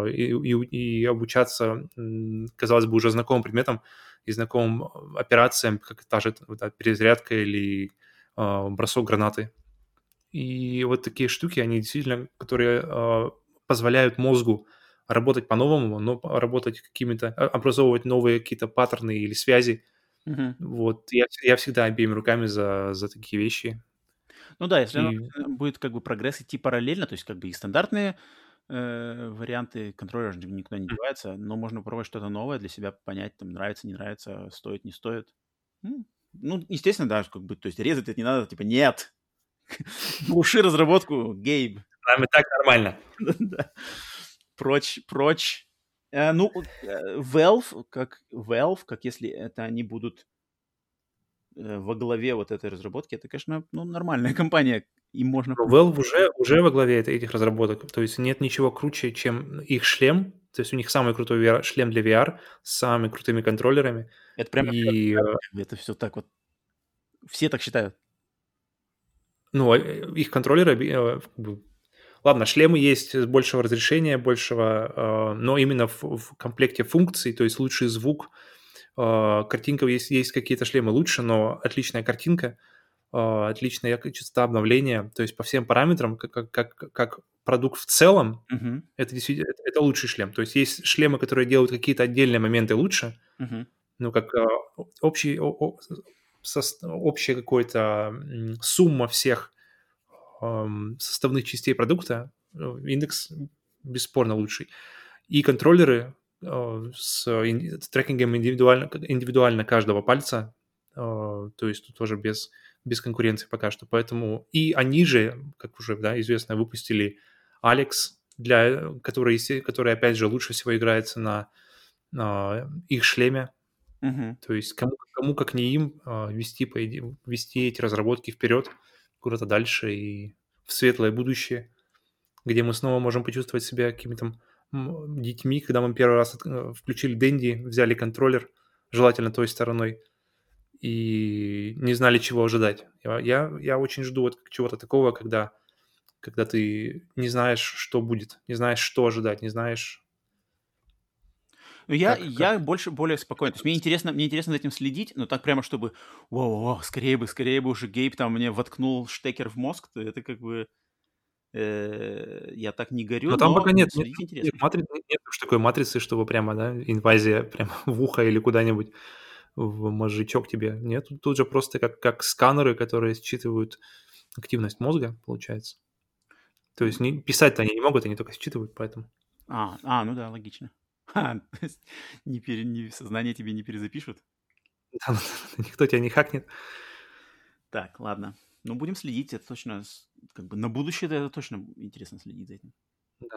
и обучаться, казалось бы, уже знакомым предметам и знакомым операциям, как та же вот эта перезарядка или бросок гранаты. И вот такие штуки, они действительно, которые позволяют мозгу работать по-новому, но работать образовывать новые какие-то паттерны или связи. Мгм. Вот я всегда обеими руками за такие вещи. Ну да, если оно И будет как бы прогресс идти параллельно, то есть как бы и стандартные варианты контроллера же никуда не девается, но можно попробовать что-то новое для себя, понять, там, нравится, не нравится, стоит, не стоит. Ну, естественно, да, как бы, то есть резать это не надо, типа, нет, глуши разработку, Гейб. нам и так нормально. Да. Прочь, прочь. Ну, Valve, как если это они будут во главе вот этой разработки, это, конечно, ну, нормальная компания, им можно... Но Valve уже во главе этих разработок. То есть нет ничего круче, чем их шлем. То есть у них самый крутой шлем для VR с самыми крутыми контроллерами. Это прямо И, это все так вот, все так считают. ну, их контроллеры, как бы... Ладно, шлемы есть с большего разрешения, большего, но именно в комплекте функций, то есть лучший звук, картинка, есть какие-то шлемы лучше, но отличная картинка. отличная частота обновления. То есть по всем параметрам, как продукт в целом, Мгм. это действительно это лучший шлем. То есть есть шлемы, которые делают какие-то отдельные моменты лучше, Мгм. ну, как общий, общая какая-то сумма всех составных частей продукта, индекс бесспорно лучший. И контроллеры с трекингом индивидуально каждого пальца, то есть тут тоже без конкуренции пока что. Поэтому и они же, как уже, да, известно, выпустили Alex, который, опять же, лучше всего играется на их шлеме. Мгм. То есть кому как не им, вести, по идее, вести эти разработки вперед, куда-то дальше и в светлое будущее, где мы снова можем почувствовать себя какими-то детьми, когда мы первый раз включили Dendy, взяли контроллер, желательно той стороной, и не знали, чего ожидать. Я очень жду вот чего-то такого, когда ты не знаешь, что будет, не знаешь, что ожидать, не знаешь, Ну, я, как я больше, более спокоен. То есть готовиться. мне интересно за этим следить, но так прямо, чтобы вау, скорее бы уже Гейб там мне воткнул штекер в мозг, то это как бы я так не горю, Но там но пока нет нет следить нет интересно. матри нет уж такой матрицы, чтобы прямо, да, инвазия прямо в ухо или куда-нибудь в мозжечок тебе. Нет, тут же просто как сканеры, которые считывают активность мозга, получается. То есть М, писать-то они не могут, они только считывают, поэтому ну да, логично. То есть сознание тебе не перезапишут. никто тебя не хакнет. Так, ладно. Ну, будем следить, это точно, как бы на будущее это точно интересно следить за этим. Да.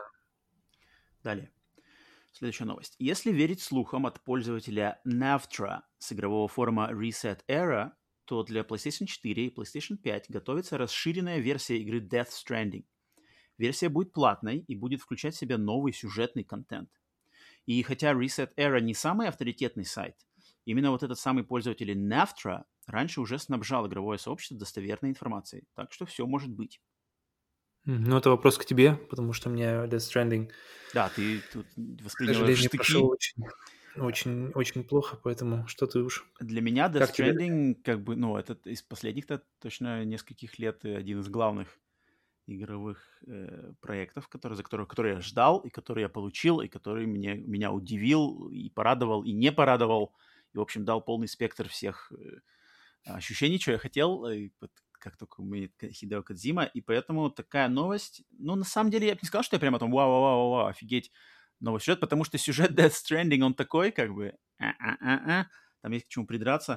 Далее. Следующая новость. Если верить слухам от пользователя Navtra с игрового форума Reset Era, то для PlayStation 4 и PlayStation 5 готовится расширенная версия игры Death Stranding. Версия будет платной и будет включать в себя новый сюжетный контент. И хотя Reset Era не самый авторитетный сайт, именно вот этот самый пользователь Navtra раньше уже снабжал игровое сообщество достоверной информацией. Так что все может быть. Ну, это вопрос к тебе, потому что мне Death Stranding, Да, ты тут к воспринял его в сожалению, прошел штыки. очень очень очень плохо, поэтому что ты уж Для меня Death как тебе? Stranding, как бы, ну, это из последних-то точно нескольких лет один из главных игровых проектов, которые я ждал, и которые я получил, и который меня удивил, и порадовал, и не порадовал, и, в общем, дал полный спектр всех ощущений, что я хотел, и вот как только умеет Хидео Кодзима, и поэтому такая новость, ну, на самом деле, я бы не сказал, что я прямо там вау, офигеть, новый сюжет, потому что сюжет Death Stranding, он такой, как бы, там есть к чему придраться,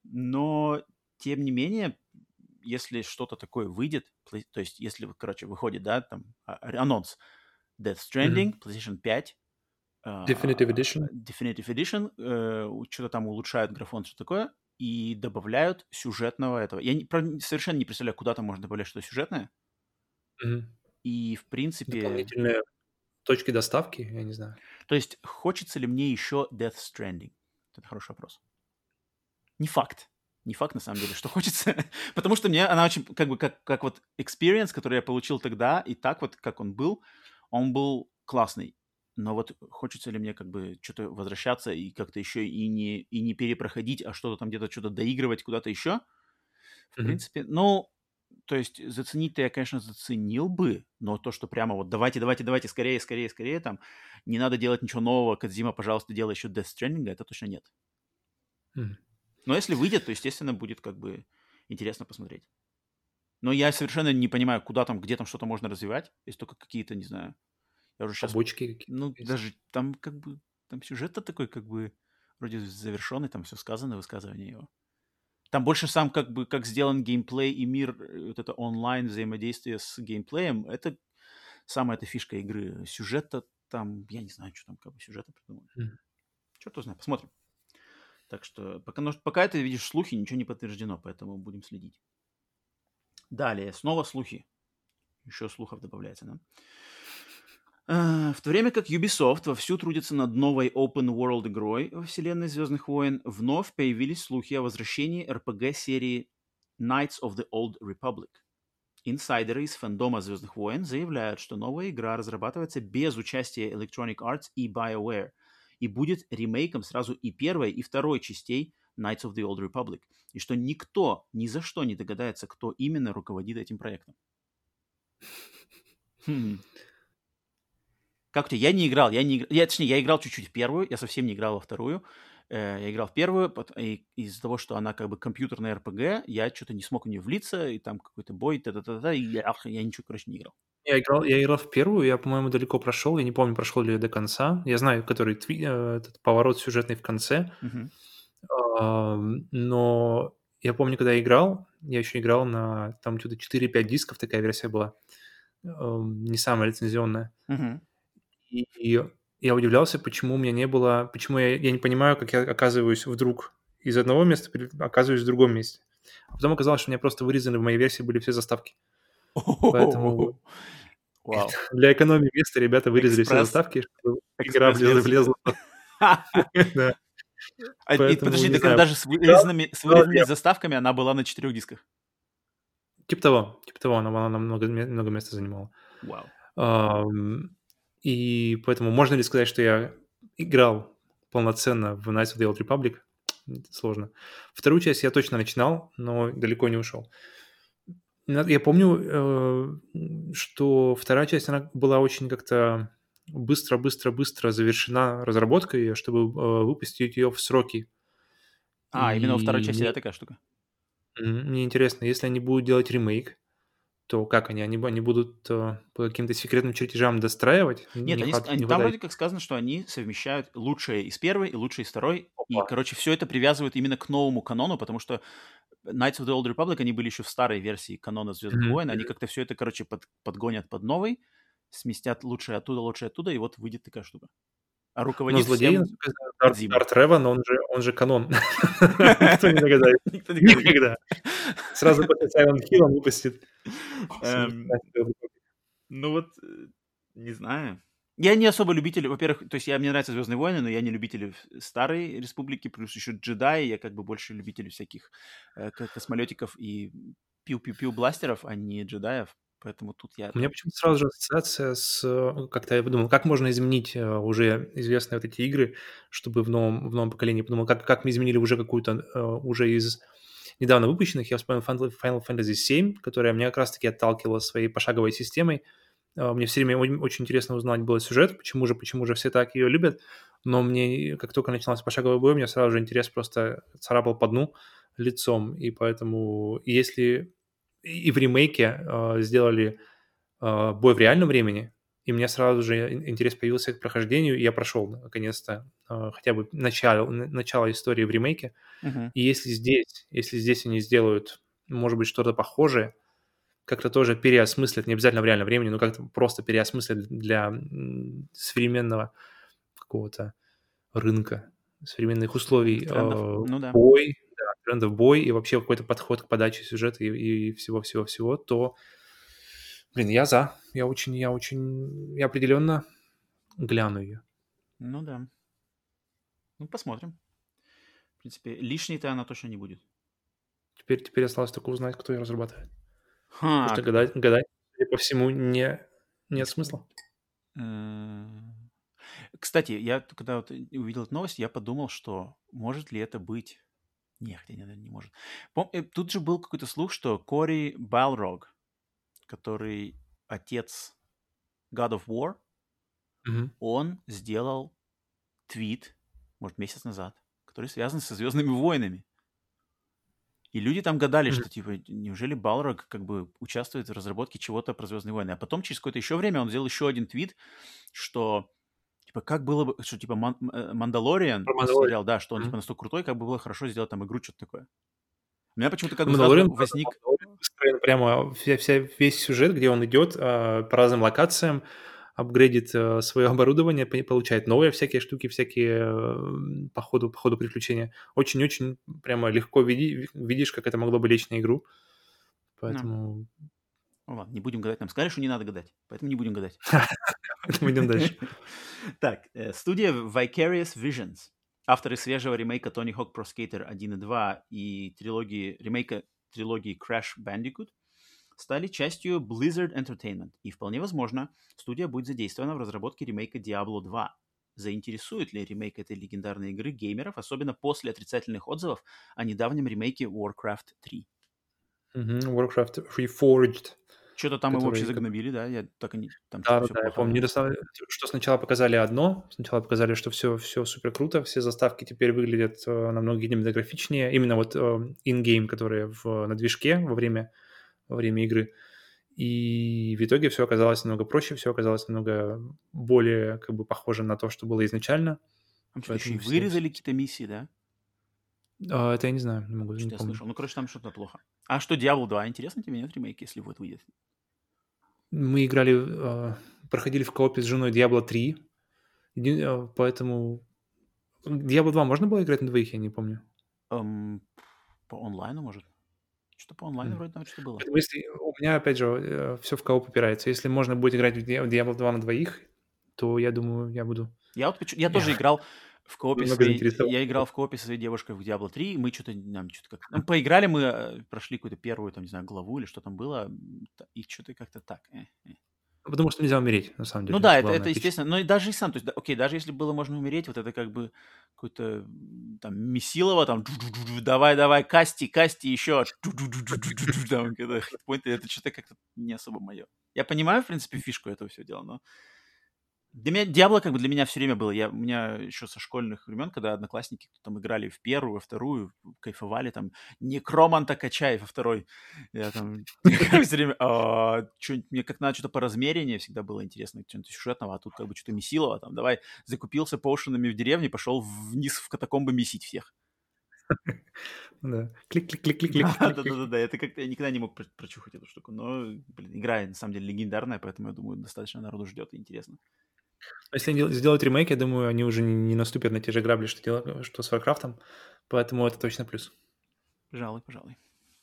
но, тем не менее, если что-то такое выйдет, то есть если, короче, выходит, да, там, анонс Death Мгм. Stranding, PlayStation 5, Definitive Edition? Definitive Edition, что-то там улучшают графон, что такое, и добавляют сюжетного этого. Совершенно не представляю, куда там можно добавлять что-то сюжетное. Мгм. И, в принципе, Дополнительные точки доставки, я не знаю. то есть, хочется ли мне еще Death Stranding? Это хороший вопрос. Не факт. Не факт, на самом деле, что хочется. Потому что мне она очень, как бы, как вот experience, который я получил тогда, и так вот, как он был классный. Но вот хочется ли мне как бы что-то возвращаться и как-то еще и не перепроходить, а что-то там где-то что-то доигрывать куда-то еще? В Мгм. принципе, ну, то есть заценить-то я, конечно, заценил бы, но то, что прямо вот давайте, скорее, там, не надо делать ничего нового, Кодзима, пожалуйста, делай еще Death Stranding, это точно нет. Мгм. Но если выйдет, то, естественно, будет как бы интересно посмотреть. Но я совершенно не понимаю, куда там, где там что-то можно развивать. Есть только какие-то, не знаю, я уже сейчас, Побочки какие-то ну, есть. даже там как бы, там сюжет-то такой как бы вроде завершенный, там все сказано, высказывание его. Там больше сам как бы, как сделан геймплей и мир, вот это онлайн взаимодействие с геймплеем, это самая эта фишка игры. Сюжет-то там, я не знаю, что там как бы сюжета придумали. Мгм. Черт его знает, посмотрим. Так что пока это видишь слухи, ничего не подтверждено, поэтому будем следить. Далее, снова слухи. Еще слухов добавляется, да? В то время как Ubisoft вовсю трудится над новой Open World игрой во вселенной Звездных войн, вновь появились слухи о возвращении RPG-серии Knights of the Old Republic. Инсайдеры из фэндома Звездных войн заявляют, что новая игра разрабатывается без участия Electronic Arts и BioWare и будет ремейком сразу и первой, и второй частей Knights of the Old Republic, и что никто ни за что не догадается, кто именно руководит этим проектом. Как у тебя? Я не играл. Точнее, я играл чуть-чуть в первую, я совсем не играл во вторую. Я играл в первую, и из-за того, что она как бы компьютерная РПГ, я что-то не смог в нее влиться, и там какой-то бой, та-та-та-та, и я ничего, короче, не играл. Я играл в первую, я, по-моему, далеко прошел, я не помню, прошел ли я до конца. Я знаю, который этот поворот сюжетный в конце, но я помню, когда я играл, я еще играл на там что-то 4-5 дисков, такая версия была, не самая лицензионная. И я удивлялся, почему у меня не было, почему я не понимаю, как я оказываюсь вдруг из одного места, оказываюсь в другом месте. А потом оказалось, что у меня просто вырезаны в моей версии были все заставки. Поэтому Вау. для экономии места ребята вырезали все Экспресс. заставки, чтобы игра влезла. Да. Поэтому, Подожди, не так она знаю, даже с вырезанными заставками она была на 4 дисках. Типа того, она много места занимала. Вау. И поэтому можно ли сказать, что я играл полноценно в Knights of the Old Republic? Сложно. Вторую часть я точно начинал, но далеко не ушел. Я помню, что вторая часть, она была очень как-то быстро завершена разработкой её, чтобы выпустить ее в сроки. Именно во второй И части, да, такая штука? мне интересно, если они будут делать ремейк, то как они будут по каким-то секретным чертежам достраивать? Нет, Не там хватает. вроде как сказано, что они совмещают лучшее из первой и лучшее из второй. И, Опа. короче, все это привязывают именно к новому канону, потому что Knights of the Old Republic, они были еще в старой версии канона Звездных Мгм. войн. Они как-то все это, короче, подгонят под новый, сместят лучшее оттуда, и вот выйдет такая штука. А Но руководит злодей, всем насколько я знаю, Кодзима. Дарт Реван, он же канон. Никто не догадается. Никто не догадается. Никогда. Сразу после Silent Hill он выпустит. Ну вот, не знаю. Я не особо любитель, во-первых, то есть мне нравятся «Звездные войны», но я не любитель старой республики, плюс еще джедаи, я как бы больше любитель всяких космолетиков и пиу-пиу-пиу бластеров, а не джедаев, поэтому тут я... У меня почему-то сразу же ассоциация как-то я подумал, как можно изменить уже известные вот эти игры, чтобы в новом поколении. Подумал, как мы изменили уже какую-то, уже из недавно выпущенных. Я вспомнил Final Fantasy VII, которая меня как раз-таки отталкивала своей пошаговой системой. Мне все время очень интересно узнать был сюжет, почему же все так ее любят. Но мне, как только начался пошаговый бой, у меня сразу же интерес просто царапал по дну лицом. И поэтому, если и в ремейке сделали бой в реальном времени, и у меня сразу же интерес появился к прохождению, и я прошел наконец-то хотя бы начало истории в ремейке. И если здесь они сделают, может быть, что-то похожее, как-то тоже переосмыслят, не обязательно в реальном времени, но как-то просто переосмыслят для современного какого-то рынка, современных условий Трендов, ну да. бой, да, трендов бой и вообще какой-то подход к подаче сюжета и всего-всего-всего, то, блин, я за. Я определенно гляну ее. Ну да. Ну, посмотрим. В принципе, лишней-то она точно не будет. Теперь осталось только узнать, кто ее разрабатывает. Потому что Кто? гадать, судя по всему, нет смысла. Кстати, я когда вот увидел эту новость, я подумал, что может ли это быть... Нет, хотя не может. Тут же был какой-то слух, что Кори Балрог, который отец God of War, Мгм. он сделал твит, может, месяц назад, который связан со «Звездными войнами». И люди там гадали, Мгм. что, типа, неужели Балрог как бы участвует в разработке чего-то про «Звездные войны». А потом, через какое-то еще время, он сделал еще один твит, что, типа, как было бы, что, типа, «Мандалориан», Про Мандалорию. сериал, да, что он, типа, настолько крутой, как бы было хорошо сделать там игру, что-то такое. У меня почему-то как бы сразу Мандалориан возник... выстроен прямо весь сюжет, где он идет по разным локациям, апгрейдит свое оборудование, получает новые всякие штуки, всякие по ходу приключения. Очень-очень прямо легко видишь, как это могло бы лечь на игру. Поэтому Ну ладно, не будем гадать. Нам сказали, что не надо гадать, поэтому не будем гадать. идем дальше. Так, студия Vicarious Visions, авторы свежего ремейка Tony Hawk Pro Skater 1 и 2 и ремейка трилогии Crash Bandicoot, стали частью Blizzard Entertainment. И вполне возможно, студия будет задействована в разработке ремейка Diablo 2. заинтересует ли ремейк этой легендарной игры геймеров, особенно после отрицательных отзывов о недавнем ремейке Warcraft 3. Warcraft Reforged, Что-то там его вообще который... загнобили, да? Я так и не... Там что-то все Да-да-да, я плохо, помню, да? что сначала показали одно, сначала показали, что все супер круто, все заставки теперь выглядят намного кинематографичнее, именно вот in-game, которые на движке во время игры. И в итоге все оказалось намного проще, все оказалось намного более как бы похоже на то, что было изначально. Там что-то еще и Поэтому вырезали какие-то миссии, да? это я не знаю, не Что-то я помню. слышал. Ну, короче, там что-то плохо. А что Diablo 2? Интересно тебе, нет, ремейк, если вот выйдет? Мы проходили в коопе с женой Diablo 3, поэтому... Diablo 2 можно было играть на двоих, я не помню. Эм, по онлайну, может? Что-то по онлайну М. вроде там что-то было. Поэтому если у меня, опять же, все в кооп упирается. Если можно будет играть в Diablo 2 на двоих, то я думаю, Я я тоже играл в коопе немного своей... заинтересован. Я играл в коопе со своей девушкой в Diablo 3, и мы что-то... Нам что-то как... Нам поиграли, мы прошли какую-то первую, там, не знаю, главу или что там было, и что-то как-то так. Потому что нельзя умереть, на самом Ну деле. да, Это это главная фича. естественно. Но и даже и сам, то есть, окей, даже если было можно умереть, вот это как бы какой-то там Месилова, там давай, касти, еще, там, когда хитпоинты, это что-то как-то не особо мое. Я понимаю, в принципе, фишку этого всего дела, но для меня Диабло как бы для меня все время было. У меня еще со школьных времен, когда одноклассники кто там играли в первую, во вторую, кайфовали, там, Некроманта качай во второй. Я там все время, мне как надо что-то по размерению всегда было интересно, что-нибудь сюжетного, а тут как бы что-то месилово, там, давай, закупился поушенами в деревне, пошел вниз в катакомбы месить всех. Да. Клик-клик-клик-клик-клик-клик-клик. Да, это как-то я никогда не мог прочухать эту штуку, но, блин, игра на самом деле легендарная, поэтому, я думаю, достаточно народу ждет и интересно. Если они сделают ремейк, я думаю, они уже не наступят на те же грабли, что с Warcraft, поэтому это точно плюс. Пожалуй.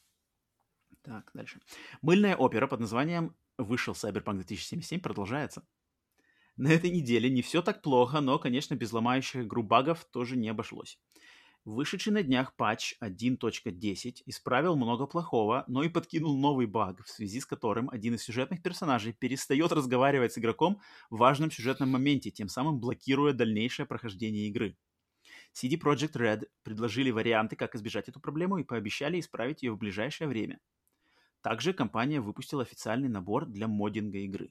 Так, дальше. Мыльная опера под названием «Вышел Cyberpunk 2077» продолжается. На этой неделе не все так плохо, но, конечно, без ломающих игру багов тоже не обошлось. Вышедший на днях патч 1.10 исправил много плохого, но и подкинул новый баг, в связи с которым один из сюжетных персонажей перестает разговаривать с игроком в важном сюжетном моменте, тем самым блокируя дальнейшее прохождение игры. CD Projekt Red предложили варианты, как избежать эту проблему, и пообещали исправить ее в ближайшее время. Также компания выпустила официальный набор для моддинга игры.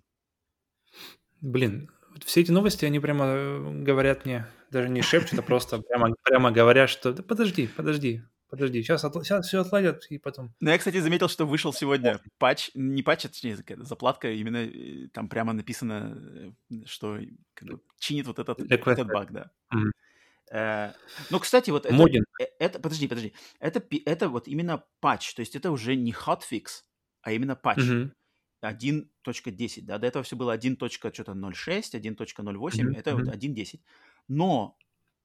Блин, вот все эти новости, они прямо говорят мне, даже не шепчут, а просто прямо говорят, что да подожди, сейчас все отладят, и потом... Ну, я, кстати, заметил, что вышел сегодня патч, не патч, а точнее какая-то заплатка, именно там прямо написано, что как бы чинит вот этот баг, да. Ну, кстати, вот Модин. подожди, это вот именно патч, то есть это уже не hotfix, а именно патч. 1.10, да, до этого все было 1.06, 1.08, это вот 1.10. Но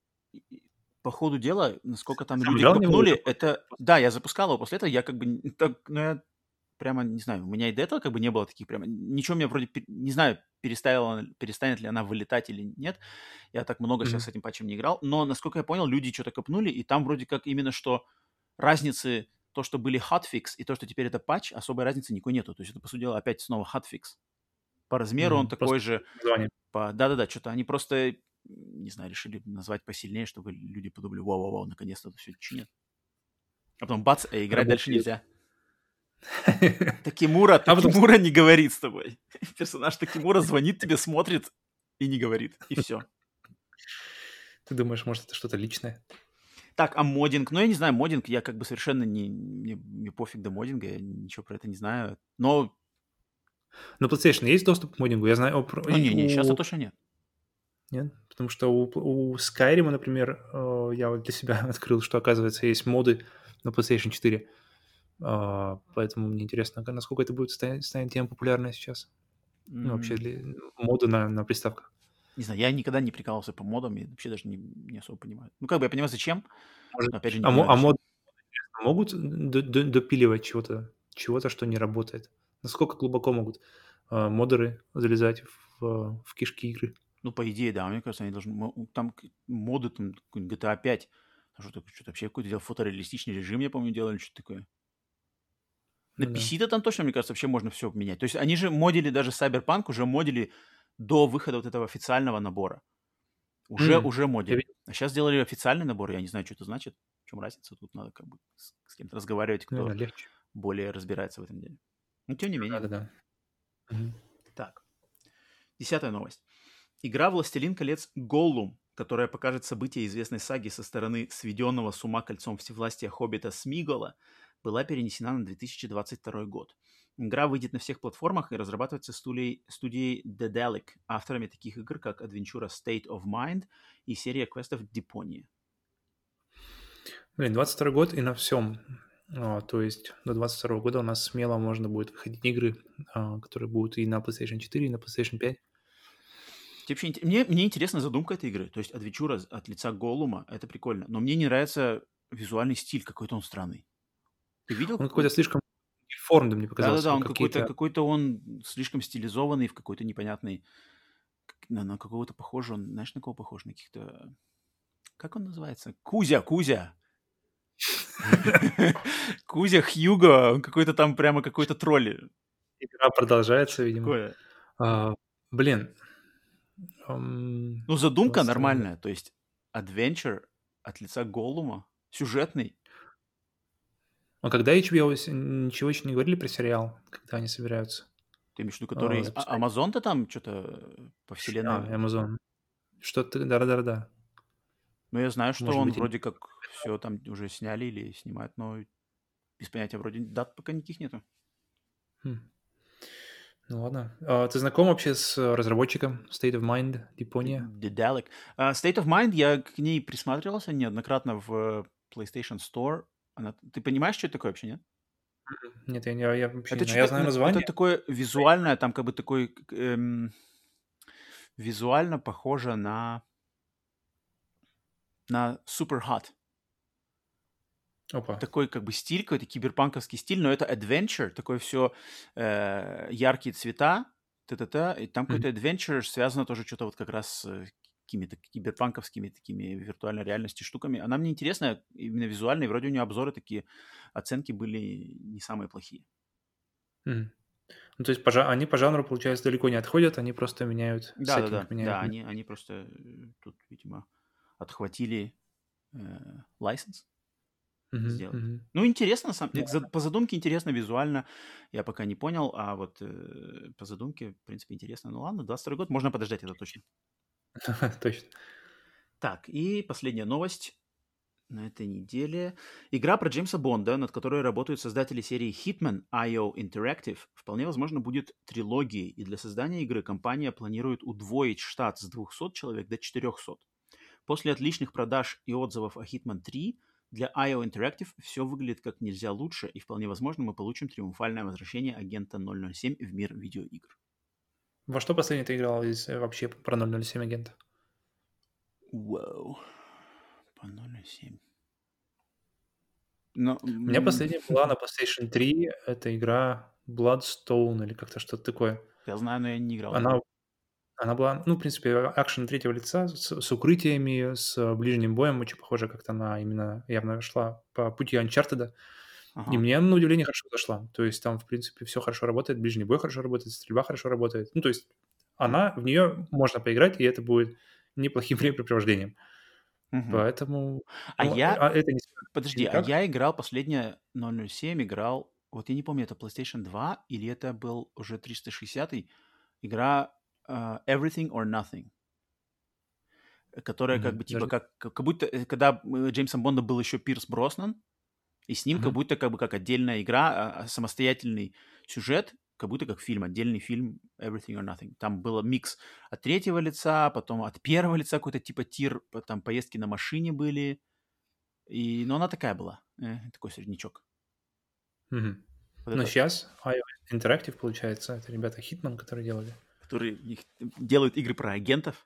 по ходу дела, насколько там Сам люди играл в него копнули, уже? это... Да, я запускал его после этого, я как бы... Ну, я прямо, не знаю, у меня и до этого как бы не было таких прямо... Ничего у меня вроде... Не знаю, перестанет ли она вылетать или нет. Я так много сейчас с этим патчем не играл. Но, насколько я понял, люди что-то копнули, и там вроде как именно что разницы, то, что были hotfix, и то, что теперь это патч, особой разницы никакой нету. То есть это, по сути дела, опять снова hotfix. По размеру он такой Просто же. название. Да-да-да, что-то они просто, не знаю, решили назвать посильнее, чтобы люди подумали, вау-вау-вау, наконец-то это все чинят. А потом бац, играть дальше Работает. нельзя. Такимура не говорит с тобой. Персонаж Такимура звонит тебе, смотрит и не говорит. И все. Ты думаешь, может, это что-то личное? Так, а моддинг? Ну, я не знаю, моддинг, я как бы совершенно мне пофиг до моддинга, я ничего про это не знаю. Но... На PlayStation есть доступ к моддингу? Я знаю, Не, сейчас точно нет. Нет? Потому что у Skyrim, например, я вот для себя открыл, что, оказывается, есть моды на PlayStation 4. Поэтому мне интересно, насколько это будет станет тем популярно сейчас. Ну, вообще, моды на приставках. Не знаю, я никогда не прикалывался по модам, и вообще даже не особо понимаю. Ну, как бы я понимаю, зачем, Может, но опять же не понимаю, зачем. моды могут допиливать чего-то, что не работает? Насколько глубоко могут модеры залезать в кишки игры? Ну, по идее, да, мне кажется, они должны... Там моды, там, какой-нибудь GTA 5, что-то вообще какой-то делал фотореалистичный режим, я помню, делали что-то такое. На Ну да. PC-то там точно, мне кажется, вообще можно все менять. То есть они же модили даже Cyberpunk, уже модили до выхода вот этого официального набора. Уже Я модели. видел, А сейчас сделали официальный набор, я не знаю, что это значит. В чем разница? Тут надо как бы с кем-то разговаривать, кто наверное, легче. более разбирается в этом деле. Но тем не менее. Да-да-да. Мгм. Так, 10-я новость. Игра «Властелин колец. Голлум», которая покажет события известной саги со стороны сведенного с ума кольцом всевластия хоббита Смигола, была перенесена на 2022 год. Игра выйдет на всех платформах и разрабатывается студией Daedalic, авторами таких игр, как Adventura State of Mind и серия квестов Deponia. Блин, 22 год и на всем. То есть до 22 года у нас смело можно будет выходить игры, которые будут и на PlayStation 4, и на PlayStation 5. Тебе вообще мне интересна задумка этой игры. То есть Adventura от лица Голлума, это прикольно. Но мне не нравится визуальный стиль, какой-то он странный. Ты видел Он какой-то какой-то? слишком деформным мне показался. Да-да-да, Вот он какой-то какие-то... какой-то он слишком стилизованный, в какой-то непонятный, на какого-то похож он, знаешь, на кого похож? На каких-то, как он называется? Кузя! Кузя Хьюго, он какой-то там прямо какой-то тролль. Игра продолжается, Что видимо. такое? Блин, Ну, задумка 22 год. нормальная, то есть adventure от лица Голлума, сюжетный. А когда HBO ничего еще не говорили про сериал, когда они собираются Ты имеешь в виду, который запускать? Амазон-то там что-то по вселенной. Amazon. Что-то, да-да-да. Ну, я знаю, что Может он быть, они... вроде как все там уже сняли или снимают, но без понятия, вроде дат пока никаких нету. Хм. Ну ладно. Ты знаком вообще с разработчиком State of Mind, Deponia? Daedalic. State of Mind, я к ней присматривался неоднократно в PlayStation Store. Ты понимаешь, что это такое вообще, нет? Нет, я вообще не Это знаю. Я что-то, знаю это название. такое визуальное, там как бы такой, визуально похоже на Super Hot. Опа. Такой как бы стиль, какой-то киберпанковский стиль, но это adventure, такое все яркие цвета, та-та-та, и там Мгм. какой-то adventure связано тоже что-то вот как раз с какими-то киберпанковскими такими виртуальной реальности штуками. Она мне интересна именно визуально, и вроде у нее обзоры такие, оценки были не самые плохие. Мгм. Ну, то есть они по жанру, получается, далеко не отходят, они просто меняют сеттинг, Да-да-да, меняют да, мир. они просто тут, видимо, отхватили лайсенс Мгм, сделать. мгм. Ну, интересно, на самом Ну, по задумке интересно визуально, я пока не понял, а вот по задумке, в принципе, интересно. Ну ладно, 22 год, можно подождать это точно. точно. Так, и последняя новость на этой неделе. Игра про Джеймса Бонда, над которой работают создатели серии Hitman IO Interactive, вполне возможно будет трилогией, и для создания игры компания планирует удвоить штат с 200 человек до 400. После отличных продаж и отзывов о Hitman 3 для IO Interactive все выглядит как нельзя лучше, и вполне возможно мы получим триумфальное возвращение агента 007 в мир видеоигр. Во что последний ты играл из вообще про 007 агента? Вау. По 007. Но, У меня последняя была на PlayStation 3. Это игра Bloodstone или как-то что-то такое. я знаю, но я не играл в нее. Она Она была, ну, в принципе, акшен третьего лица с укрытиями, с ближним боем, очень похоже как-то на именно явно шла по пути Uncharted. И Ага. мне, на удивление, хорошо зашла. То есть там, в принципе, все хорошо работает, ближний бой хорошо работает, стрельба хорошо работает. Ну, то есть в нее можно поиграть, и это будет неплохим времяпрепровождением. Мгм. Поэтому, А ну, я, это не подожди, а никак. я играл последнее 007, играл, вот я не помню, это PlayStation 2 или это был уже 360-й, игра Everything or Nothing, которая как бы типа Даже... как будто, когда Джеймсом Бондом был еще Пирс Броснан, и с ним как Мгм. будто как бы как отдельная игра, самостоятельный сюжет, как будто как фильм, отдельный фильм Everything or Nothing. Там было микс от третьего лица, потом от первого лица какой-то типа тир, там поездки на машине были, но она такая была, такой среднячок. Мгм. Вот Но это, сейчас iOS Interactive, получается, это ребята Hitman, которые делали. которые делают игры про агентов.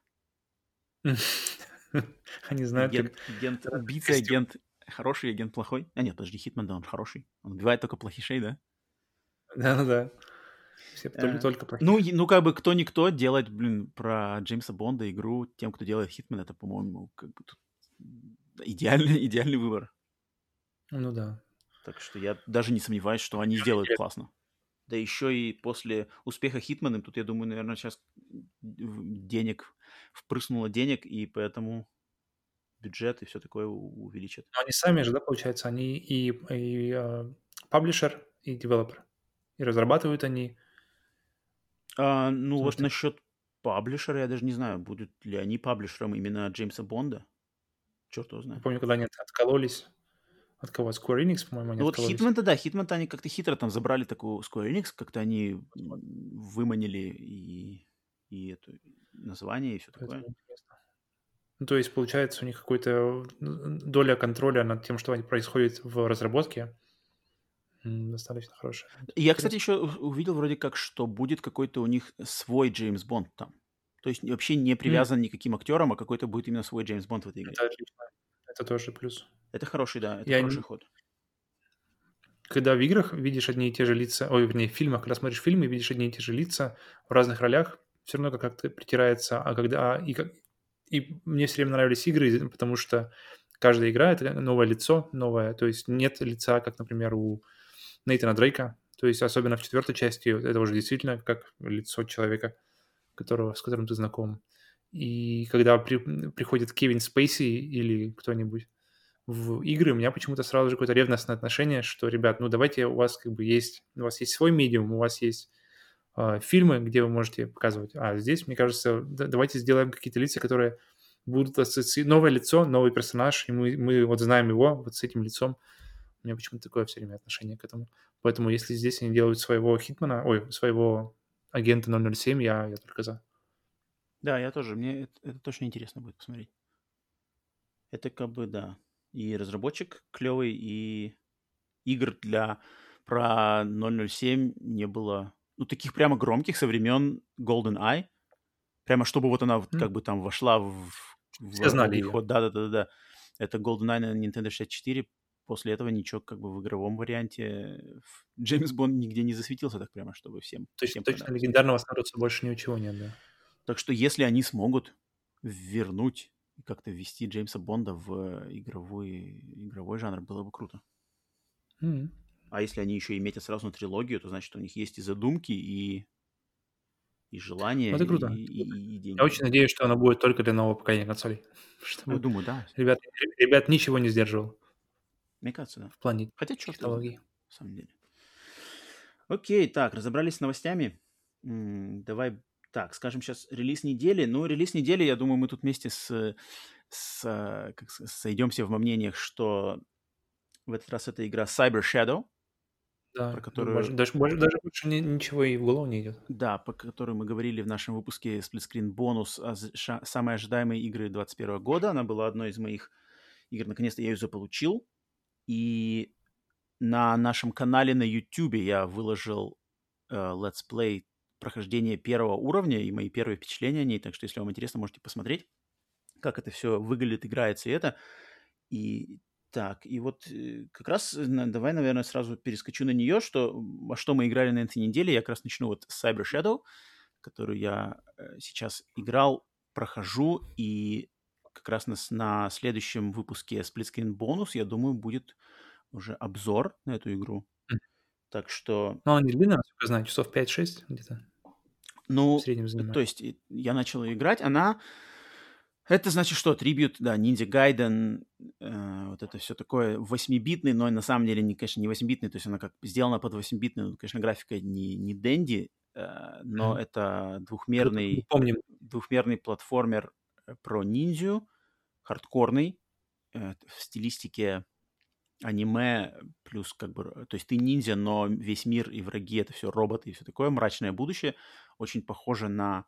Они знают, как Агент убийца, костюм. агент хороший, агент плохой. А нет, подожди, Хитман, да, он хороший. Он убивает только плохишей, да? Да-да-да. Все только Ну, плохих. ну, как бы кто-никто делать, блин, про Джеймса Бонда игру тем, кто делает Хитман, это, по-моему, как бы тут идеальный выбор. Ну да. Так что я даже не сомневаюсь, что они сделают классно. Да еще и после успеха Хитмана, тут, я думаю, наверное, сейчас денег впрыснула денег, и поэтому бюджет и все такое увеличат. Но они сами же, да, получается, они паблишер, и девелопер. И разрабатывают они, Ну потому вот что насчет паблишера я даже не знаю, будут ли они паблишером именно Джеймса Бонда. Черт его я знает. помню, когда они откололись. От кого? Square Enix, по-моему, они Ну вот откололись. Хитман-то, да, Хитман-то они как-то хитро там забрали такую Square Enix, как-то они выманили и это название, и все такое. Поэтому интересно. Ну, то есть, получается, у них какой-то доля контроля над тем, что происходит в разработке, достаточно хорошая. И я, кстати, Интересно. еще увидел вроде как, что будет какой-то у них свой Джеймс Бонд там. То есть вообще не М, привязан никаким актером, а какой-то будет именно свой Джеймс Бонд в этой игре. это отлично. Это тоже плюс. Это хороший, да, это Я хороший не ход. Когда в играх видишь одни и те же лица, ой, вернее, в фильмах, когда смотришь фильмы, видишь одни и те же лица в разных ролях, все равно как-то притирается. И мне все время нравились игры, потому что каждая игра — это новое лицо, новое. То есть нет лица, как, например, у Нейтана Дрейка. То есть особенно в четвертой части это уже действительно как лицо человека, с которым ты знаком. И когда приходит Кевин Спейси или кто-нибудь в игры, у меня почему-то сразу же какое-то ревностное отношение, что, ребят, ну давайте у вас есть свой медиум, у вас есть фильмы, где вы можете показывать. А здесь, мне кажется, давайте сделаем какие-то лица, которые будут новое лицо, новый персонаж, и мы вот знаем его вот с этим лицом. У меня почему-то такое все время отношение к этому. Поэтому если здесь они делают своего Хитмана, своего агента 007, я только за. Да, я тоже. Мне это точно интересно будет посмотреть. Это как бы, да. И разработчик клевый, и игр про 007 не было, ну, таких прямо громких со времен GoldenEye. Прямо чтобы вот она вот М, как бы там вошла Все в знали ее. обиход. Да-да-да-да. Это GoldenEye на Nintendo 64. После этого ничего как бы в игровом варианте Джеймс Бонд нигде не засветился так прямо, чтобы всем Точно понравилось. легендарного Снаруца больше ничего нет, да. Так что если они смогут вернуть и как-то ввести Джеймса Бонда в игровой жанр, было бы круто. М. А если они еще и метят сразу на трилогию, то значит, у них есть и задумки, и Ну, желание, это круто. и Я деньги. очень надеюсь, что она будет только для нового поколения консолей. Ну, я Чтобы думаю, да. ребят ребят ничего не сдерживало Мне кажется, да. в плане Хотя черт его знает, технологий. на самом деле. Окей, так, разобрались с новостями. Давай, так, скажем сейчас релиз недели. Ну, релиз недели, я думаю, мы тут вместе сойдемся во мнениях, что в этот раз это игра Cyber Shadow, про Да, которую, даже больше ничего и в голову не идет. да, по которой мы говорили в нашем выпуске Split Screen Bonus самые ожидаемые игры 2021 года. Она была одной из моих игр. Наконец-то я ее заполучил. И на нашем канале на YouTube я выложил Let's Play прохождение первого уровня и мои первые впечатления о ней. Так что, если вам интересно, можете посмотреть, как это все выглядит, играется и это. И так, и вот как раз давай, наверное, сразу перескочу на нее, во что мы играли на этой неделе. Я как раз начну вот с Cyber Shadow, которую я сейчас играл, прохожу, и как раз на следующем выпуске Split Screen Bonus, я думаю, будет уже обзор на эту игру. М. Так что, Но она не длинная, насколько я знаю, часов 5-6 где-то в ну, среднем то занимает. есть я начал ее играть, это значит что? Трибют, да, Ninja Gaiden, вот это все такое 8-битный, но на самом деле, конечно, не 8-битный, то есть она как сделана под 8-битную, конечно, графика не денди, но Мгм. это Круто. Мы помним. двухмерный платформер про ниндзю, хардкорный, в стилистике аниме, плюс как бы, то есть ты ниндзя, но весь мир и враги — это все роботы и все такое, мрачное будущее, очень похоже на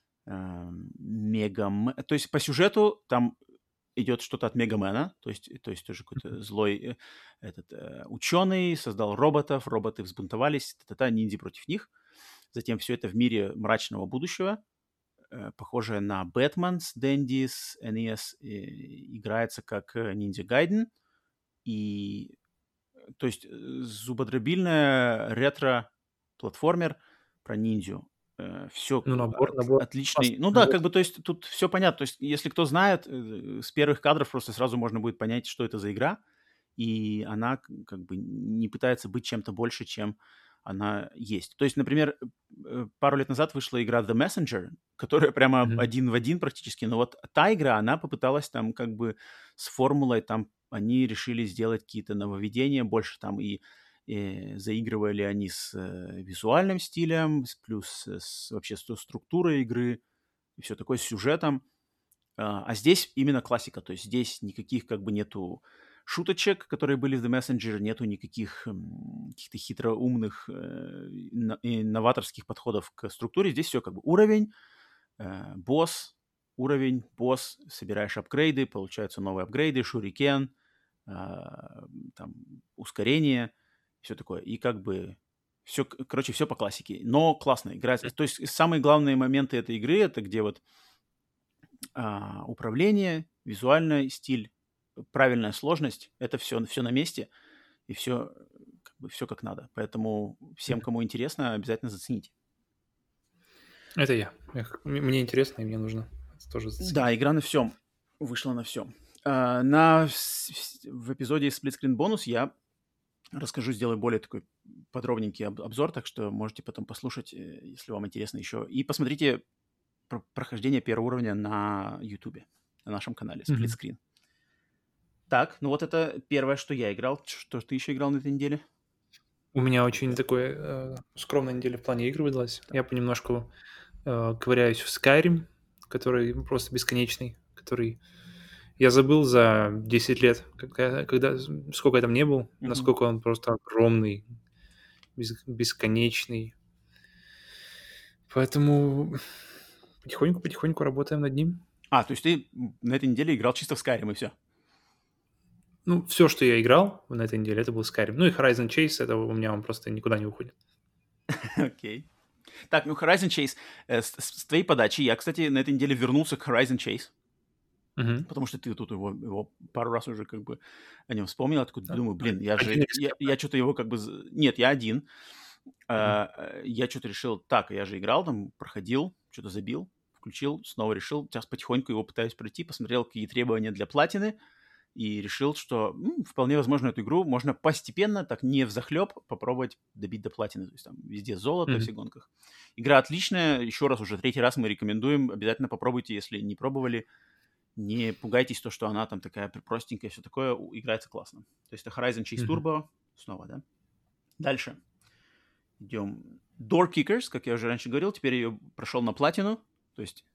то есть по сюжету там идет что-то от Мегамена, то есть тоже какой-то злой ученый создал роботов, роботы взбунтовались, та-та-та, ниндзя против них. Затем все это в мире мрачного будущего, похожее на Бэтмен с Дэнди, с NES, играется как Ninja Gaiden. И, то есть, зубодробильная ретро-платформер про ниндзю. Все Ну, набор отличный. классный. Ну да, Набор. как бы, то есть тут все понятно. То есть если кто знает, с первых кадров просто сразу можно будет понять, что это за игра. И она как бы не пытается быть чем-то больше, чем она есть. То есть, например, пару лет назад вышла игра The Messenger, которая прямо Мгм. один в один практически, но вот та игра, она попыталась там как бы с формулой, там они решили сделать какие-то нововведения, больше там и заигрывали они с визуальным стилем, плюс вообще с структурой игры и все такое, с сюжетом. А здесь именно классика, то есть здесь никаких как бы нету шуточек, которые были в The Messenger, нету никаких каких-то хитроумных и новаторских подходов к структуре. Здесь все как бы уровень, босс, уровень, босс, собираешь апгрейды, получаются новые апгрейды, шурикен, там ускорение, все такое. И как бы все, короче, все по классике. Но классно играть. То есть самые главные моменты этой игры это где вот управление, визуальный стиль, правильная сложность, это все на месте, и все как бы все как надо. Поэтому всем, Мгм. кому интересно, обязательно зацените. Это я. Мне интересно, и мне нужно это тоже Да, заценить. игра на всем. Вышла на всем. В эпизоде Split Screen Bonus я расскажу, сделаю более такой подробненький обзор, так что можете потом послушать, если вам интересно еще. И посмотрите прохождение первого уровня на YouTube, на нашем канале Split Мгм. Screen. Так, ну вот это первое, что я играл. Что ты еще играл на этой неделе? У меня очень такой скромная неделя в плане игр выдалась. Я понемножку ковыряюсь в Skyrim, который просто бесконечный, который я забыл за 10 лет, сколько я там не был, Мгм. насколько он просто огромный, бесконечный. Поэтому потихоньку работаем над ним. То есть ты на этой неделе играл чисто в Skyrim и все. Ну, все, что я играл на этой неделе, это был Skyrim. Ну и Horizon Chase, это у меня он просто никуда не уходит. Окей. Так, ну Horizon Chase. С твоей подачи я, кстати, на этой неделе вернулся к Horizon Chase, Мгм. потому что ты тут его пару раз уже как бы о нем вспомнил. Я такой А, думаю, блин, я один же, или с кем-то? я что-то его как бы... Нет, я один. Мгм. Я что-то решил, так, я же играл там, проходил, что-то забил, включил, снова решил. Сейчас потихоньку его пытаюсь пройти, посмотрел, какие требования для платины, и решил, что вполне возможно эту игру можно постепенно, так не взахлеб, попробовать добить до платины. То есть там везде золото, во Мгм. всех гонках. Игра отличная. Еще раз, уже третий раз мы рекомендуем. Обязательно попробуйте, если не пробовали. Не пугайтесь то, что она там такая простенькая, все такое. Играется классно. То есть это Horizon Chase Мгм. Turbo. Снова, да? Дальше. Идем. Door Kickers, как я уже раньше говорил, теперь ее прошел на платину. То есть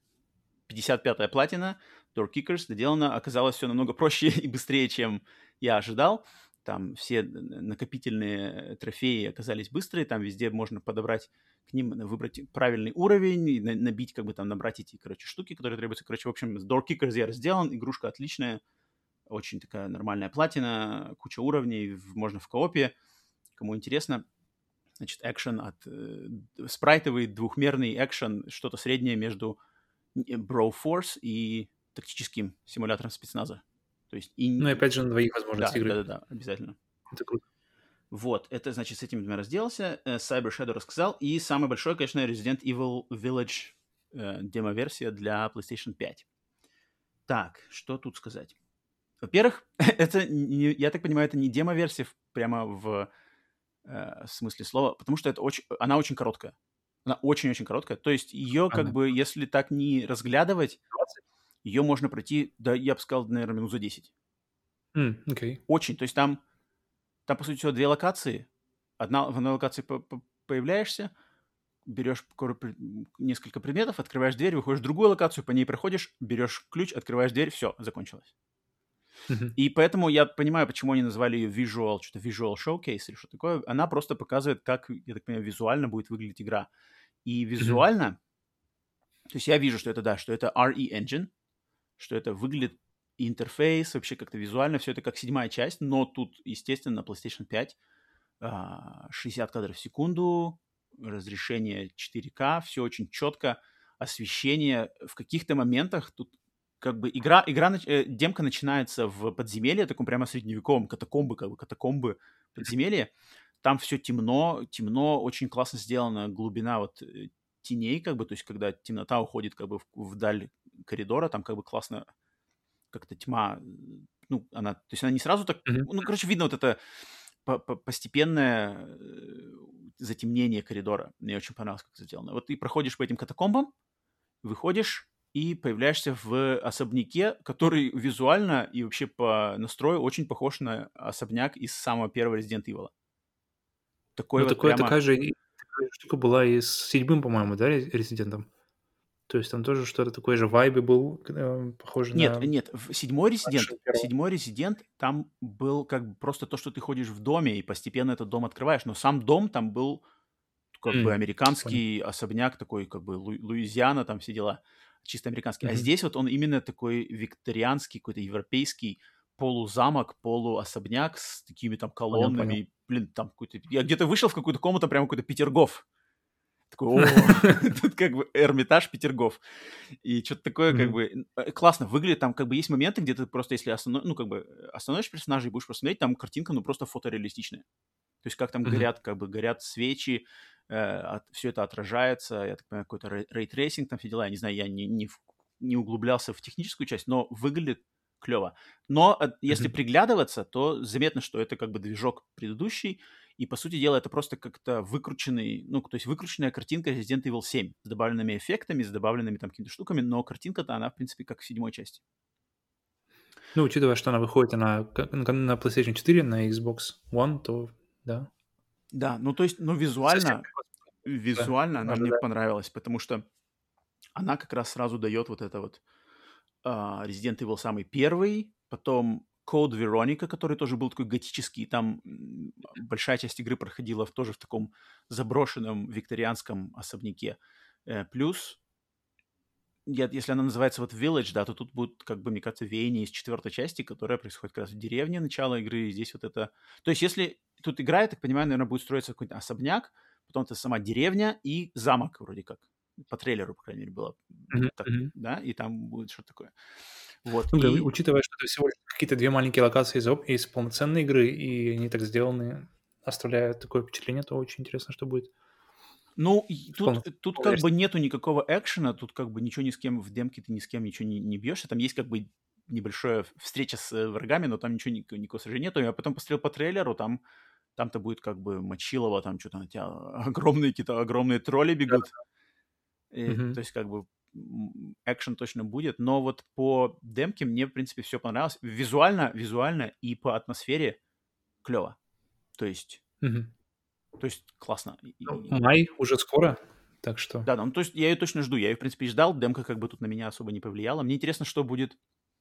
55-я платина, Door Kickers доделано. Оказалось все намного проще и быстрее, чем я ожидал. Там все накопительные трофеи оказались быстрые, там везде можно подобрать к ним, выбрать правильный уровень, и набить, как бы там набрать эти, короче, штуки, которые требуются. Короче, в общем, с Door Kickers я разделан, игрушка отличная, очень такая нормальная платина, куча уровней, можно в коопе, кому интересно. Значит, экшен спрайтовый двухмерный экшен, что-то среднее между Broforce и тактическим симулятором спецназа. То есть Ну и опять же на двоих возможность да, игры. да-да-да, обязательно. Это круто. Вот, это, значит, с этим я разделался. Cyber Shadow рассказал. И самое большое, конечно, Resident Evil Village демо-версия для PlayStation 5. Так, что тут сказать? Во-первых, это, я так понимаю, это не демо-версия прямо в смысле слова, потому что она очень короткая. Она очень-очень короткая. То есть ее, как Она бы, если так не разглядывать, 20? ее можно пройти, да, я бы сказал, наверное, минут за 10. Окей. Очень. То есть там, по сути, всего две локации. В одной локации появляешься, берешь несколько предметов, открываешь дверь, выходишь в другую локацию, по ней проходишь, берешь ключ, открываешь дверь, все, закончилось. Мгм. И поэтому я понимаю, почему они назвали ее что-то Visual Showcase или что такое. Она просто показывает, как, я так понимаю, визуально будет выглядеть игра. И Мгм. визуально, то есть я вижу, что это, да, что это RE Engine, что это выглядит интерфейс, вообще как-то визуально, все это как седьмая часть, но тут, естественно, на PlayStation 5 60 кадров в секунду, разрешение 4К, все очень четко, освещение. В каких-то моментах тут как бы демка начинается в подземелье, таком прямо средневековом, катакомбы подземелья. Там все темно, темно, очень классно сделана глубина вот теней, как бы, то есть когда темнота уходит как бы вдаль коридора, там как бы классно как-то тьма, ну, то есть она не сразу так, Мгм. ну, короче, видно вот это постепенное затемнение коридора. Мне очень понравилось, как это сделано. Вот ты проходишь по этим катакомбам, выходишь и появляешься в особняке, который визуально и вообще по настрою очень похож на особняк из самого первого Resident Evil. Такой вот прямо... такая же штука была и с 7-м, по-моему, да, Резидентом? То есть там тоже что-то такое же вайбе был, похоже на... Нет, в седьмой Резидент, там был как бы просто то, что ты ходишь в доме, и постепенно этот дом открываешь, но сам дом там был как бы американский особняк, такой как бы Луизиана, там все дела, чисто американский. А здесь вот он именно такой викторианский, какой-то европейский полузамок, полуособняк с такими там колоннами. Понял. Блин, там какой-то... Я где-то вышел в какую-то комнату, прямо какой-то Петергоф. Такой, тут как бы Эрмитаж, Петергоф. И что-то такое как бы классно выглядит. Там как бы есть моменты, где ты просто, если остановишь персонажа и будешь посмотреть, там картинка, ну, просто фотореалистичная. То есть как там горят свечи, все это отражается, я так понимаю, какой-то рейтрейсинг, там все дела. Я не знаю, я не углублялся в техническую часть, но выглядит клево. Но если приглядываться, то заметно, что это как бы движок предыдущий, и, по сути дела, это просто как-то выкрученный, ну, то есть выкрученная картинка Resident Evil 7 с добавленными эффектами, с добавленными там какими-то штуками, но картинка-то, она, в принципе, как в 7-й части. Ну, учитывая, что она выходит на PlayStation 4, на Xbox One, то да. Да, ну, то есть, ну, визуально она мне понравилась, потому что она как раз сразу дает вот это вот Resident Evil самый первый, потом Code Veronica, который тоже был такой готический, там большая часть игры проходила тоже в таком заброшенном викторианском особняке. Плюс, если она называется вот Village, да, то тут будет, как бы, мне кажется, веяние из 4-й части, которая происходит как раз в деревне начала игры, и здесь вот это... То есть если тут игра, я так понимаю, наверное, будет строиться какой-то особняк, потом это сама деревня и замок вроде как. По трейлеру, по крайней мере, было так, да, и там будет что-то такое. Вот. Ну, учитывая, что это всего лишь какие-то 2 маленькие локации из полноценной игры, и они так сделаны, оставляют такое впечатление, то очень интересно, что будет. Ну, тут как бы нету никакого экшена, тут как бы ничего ни с кем, в демке ты ни с кем ничего не бьешься, там есть как бы небольшая встреча с врагами, но там ничего никакого сражения нету. Я потом посмотрел по трейлеру, там-то будет как бы мочилово, там что-то на тебя огромные тролли бегут. То есть как бы экшен точно будет, но вот по демке мне, в принципе, все понравилось. Визуально и по атмосфере клево. То есть классно. Май уже скоро, так что... Да, ну то есть я ее точно жду. Я ее, в принципе, и ждал. Демка как бы тут на меня особо не повлияла. Мне интересно, что будет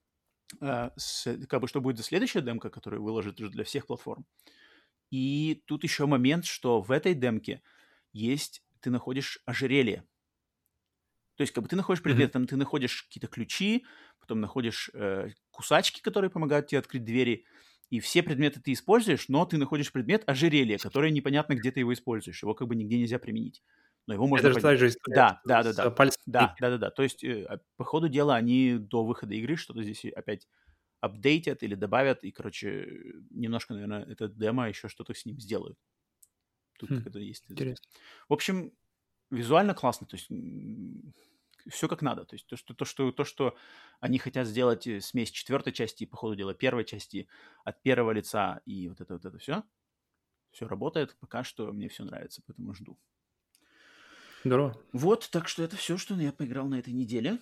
что будет за следующая демка, которую выложат уже для всех платформ. И тут еще момент, что в этой демке ты находишь ожерелье. То есть, как бы ты находишь предметы, там ты находишь какие-то ключи, потом находишь кусачки, которые помогают тебе открыть двери, и все предметы ты используешь, но ты находишь предмет ожерелья, которое непонятно, где ты его используешь. Его как бы нигде нельзя применить. Но его можно... Это же та же история. Да. То есть, по ходу дела, они до выхода игры что-то здесь опять апдейтят или добавят, и, короче, немножко, наверное, это демо еще что-то с ним сделают. Тут это есть. Интересно. В общем, визуально классно, то есть все как надо. То есть то, что они хотят сделать смесь 4-й части и, по ходу дела, 1-й части от первого лица, и вот это все работает. Пока что мне все нравится, поэтому жду. Здорово. Вот, так что это все, что я поиграл на этой неделе.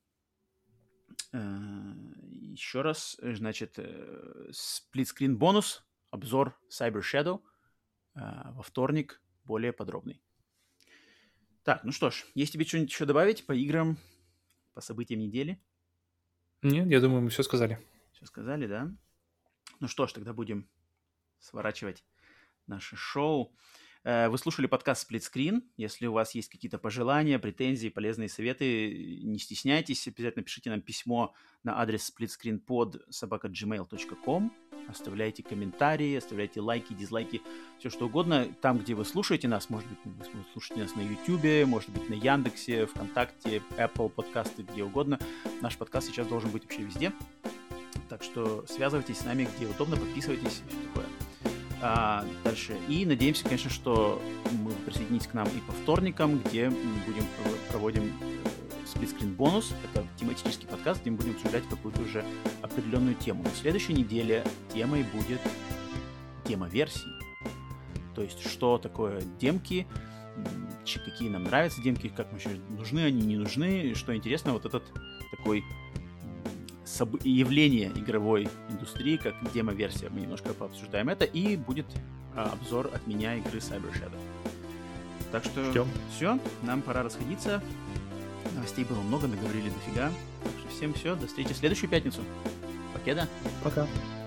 Еще раз, значит, сплитскрин бонус, обзор Cyber Shadow во вторник, более подробный. Так, ну что ж, есть тебе что-нибудь еще добавить по играм, по событиям недели? Нет, я думаю, мы все сказали. Все сказали, да? Ну что ж, тогда будем сворачивать наше шоу. Вы слушали подкаст Split Screen. Если у вас есть какие-то пожелания, претензии, полезные советы, не стесняйтесь. Обязательно пишите нам письмо на адрес splitscreenpod@gmail.com. Оставляйте комментарии, оставляйте лайки, дизлайки, все что угодно. Там, где вы слушаете нас, может быть, вы слушаете нас на YouTube, может быть, на Яндексе, ВКонтакте, Apple подкасты, где угодно. Наш подкаст сейчас должен быть вообще везде. Так что связывайтесь с нами, где удобно, подписывайтесь, все такое. Дальше. И надеемся, конечно, что вы присоединитесь к нам и по вторникам, где мы проводим сплитскрин бонус. Это тематический подкаст, где мы будем обсуждать какую-то уже определенную тему. На следующей неделе темой будет демо-версий. То есть, что такое демки, какие нам нравятся демки, как вообще нужны они, не нужны, что интересно, вот этот такой явление игровой индустрии, как демо-версия. Мы немножко пообсуждаем это, и будет обзор от меня игры Cyber Shadow. Так что ждем. Все, нам пора расходиться. Новостей было много, наговорили дофига. Так что всем все, до встречи в следующую пятницу. Покеда. Пока.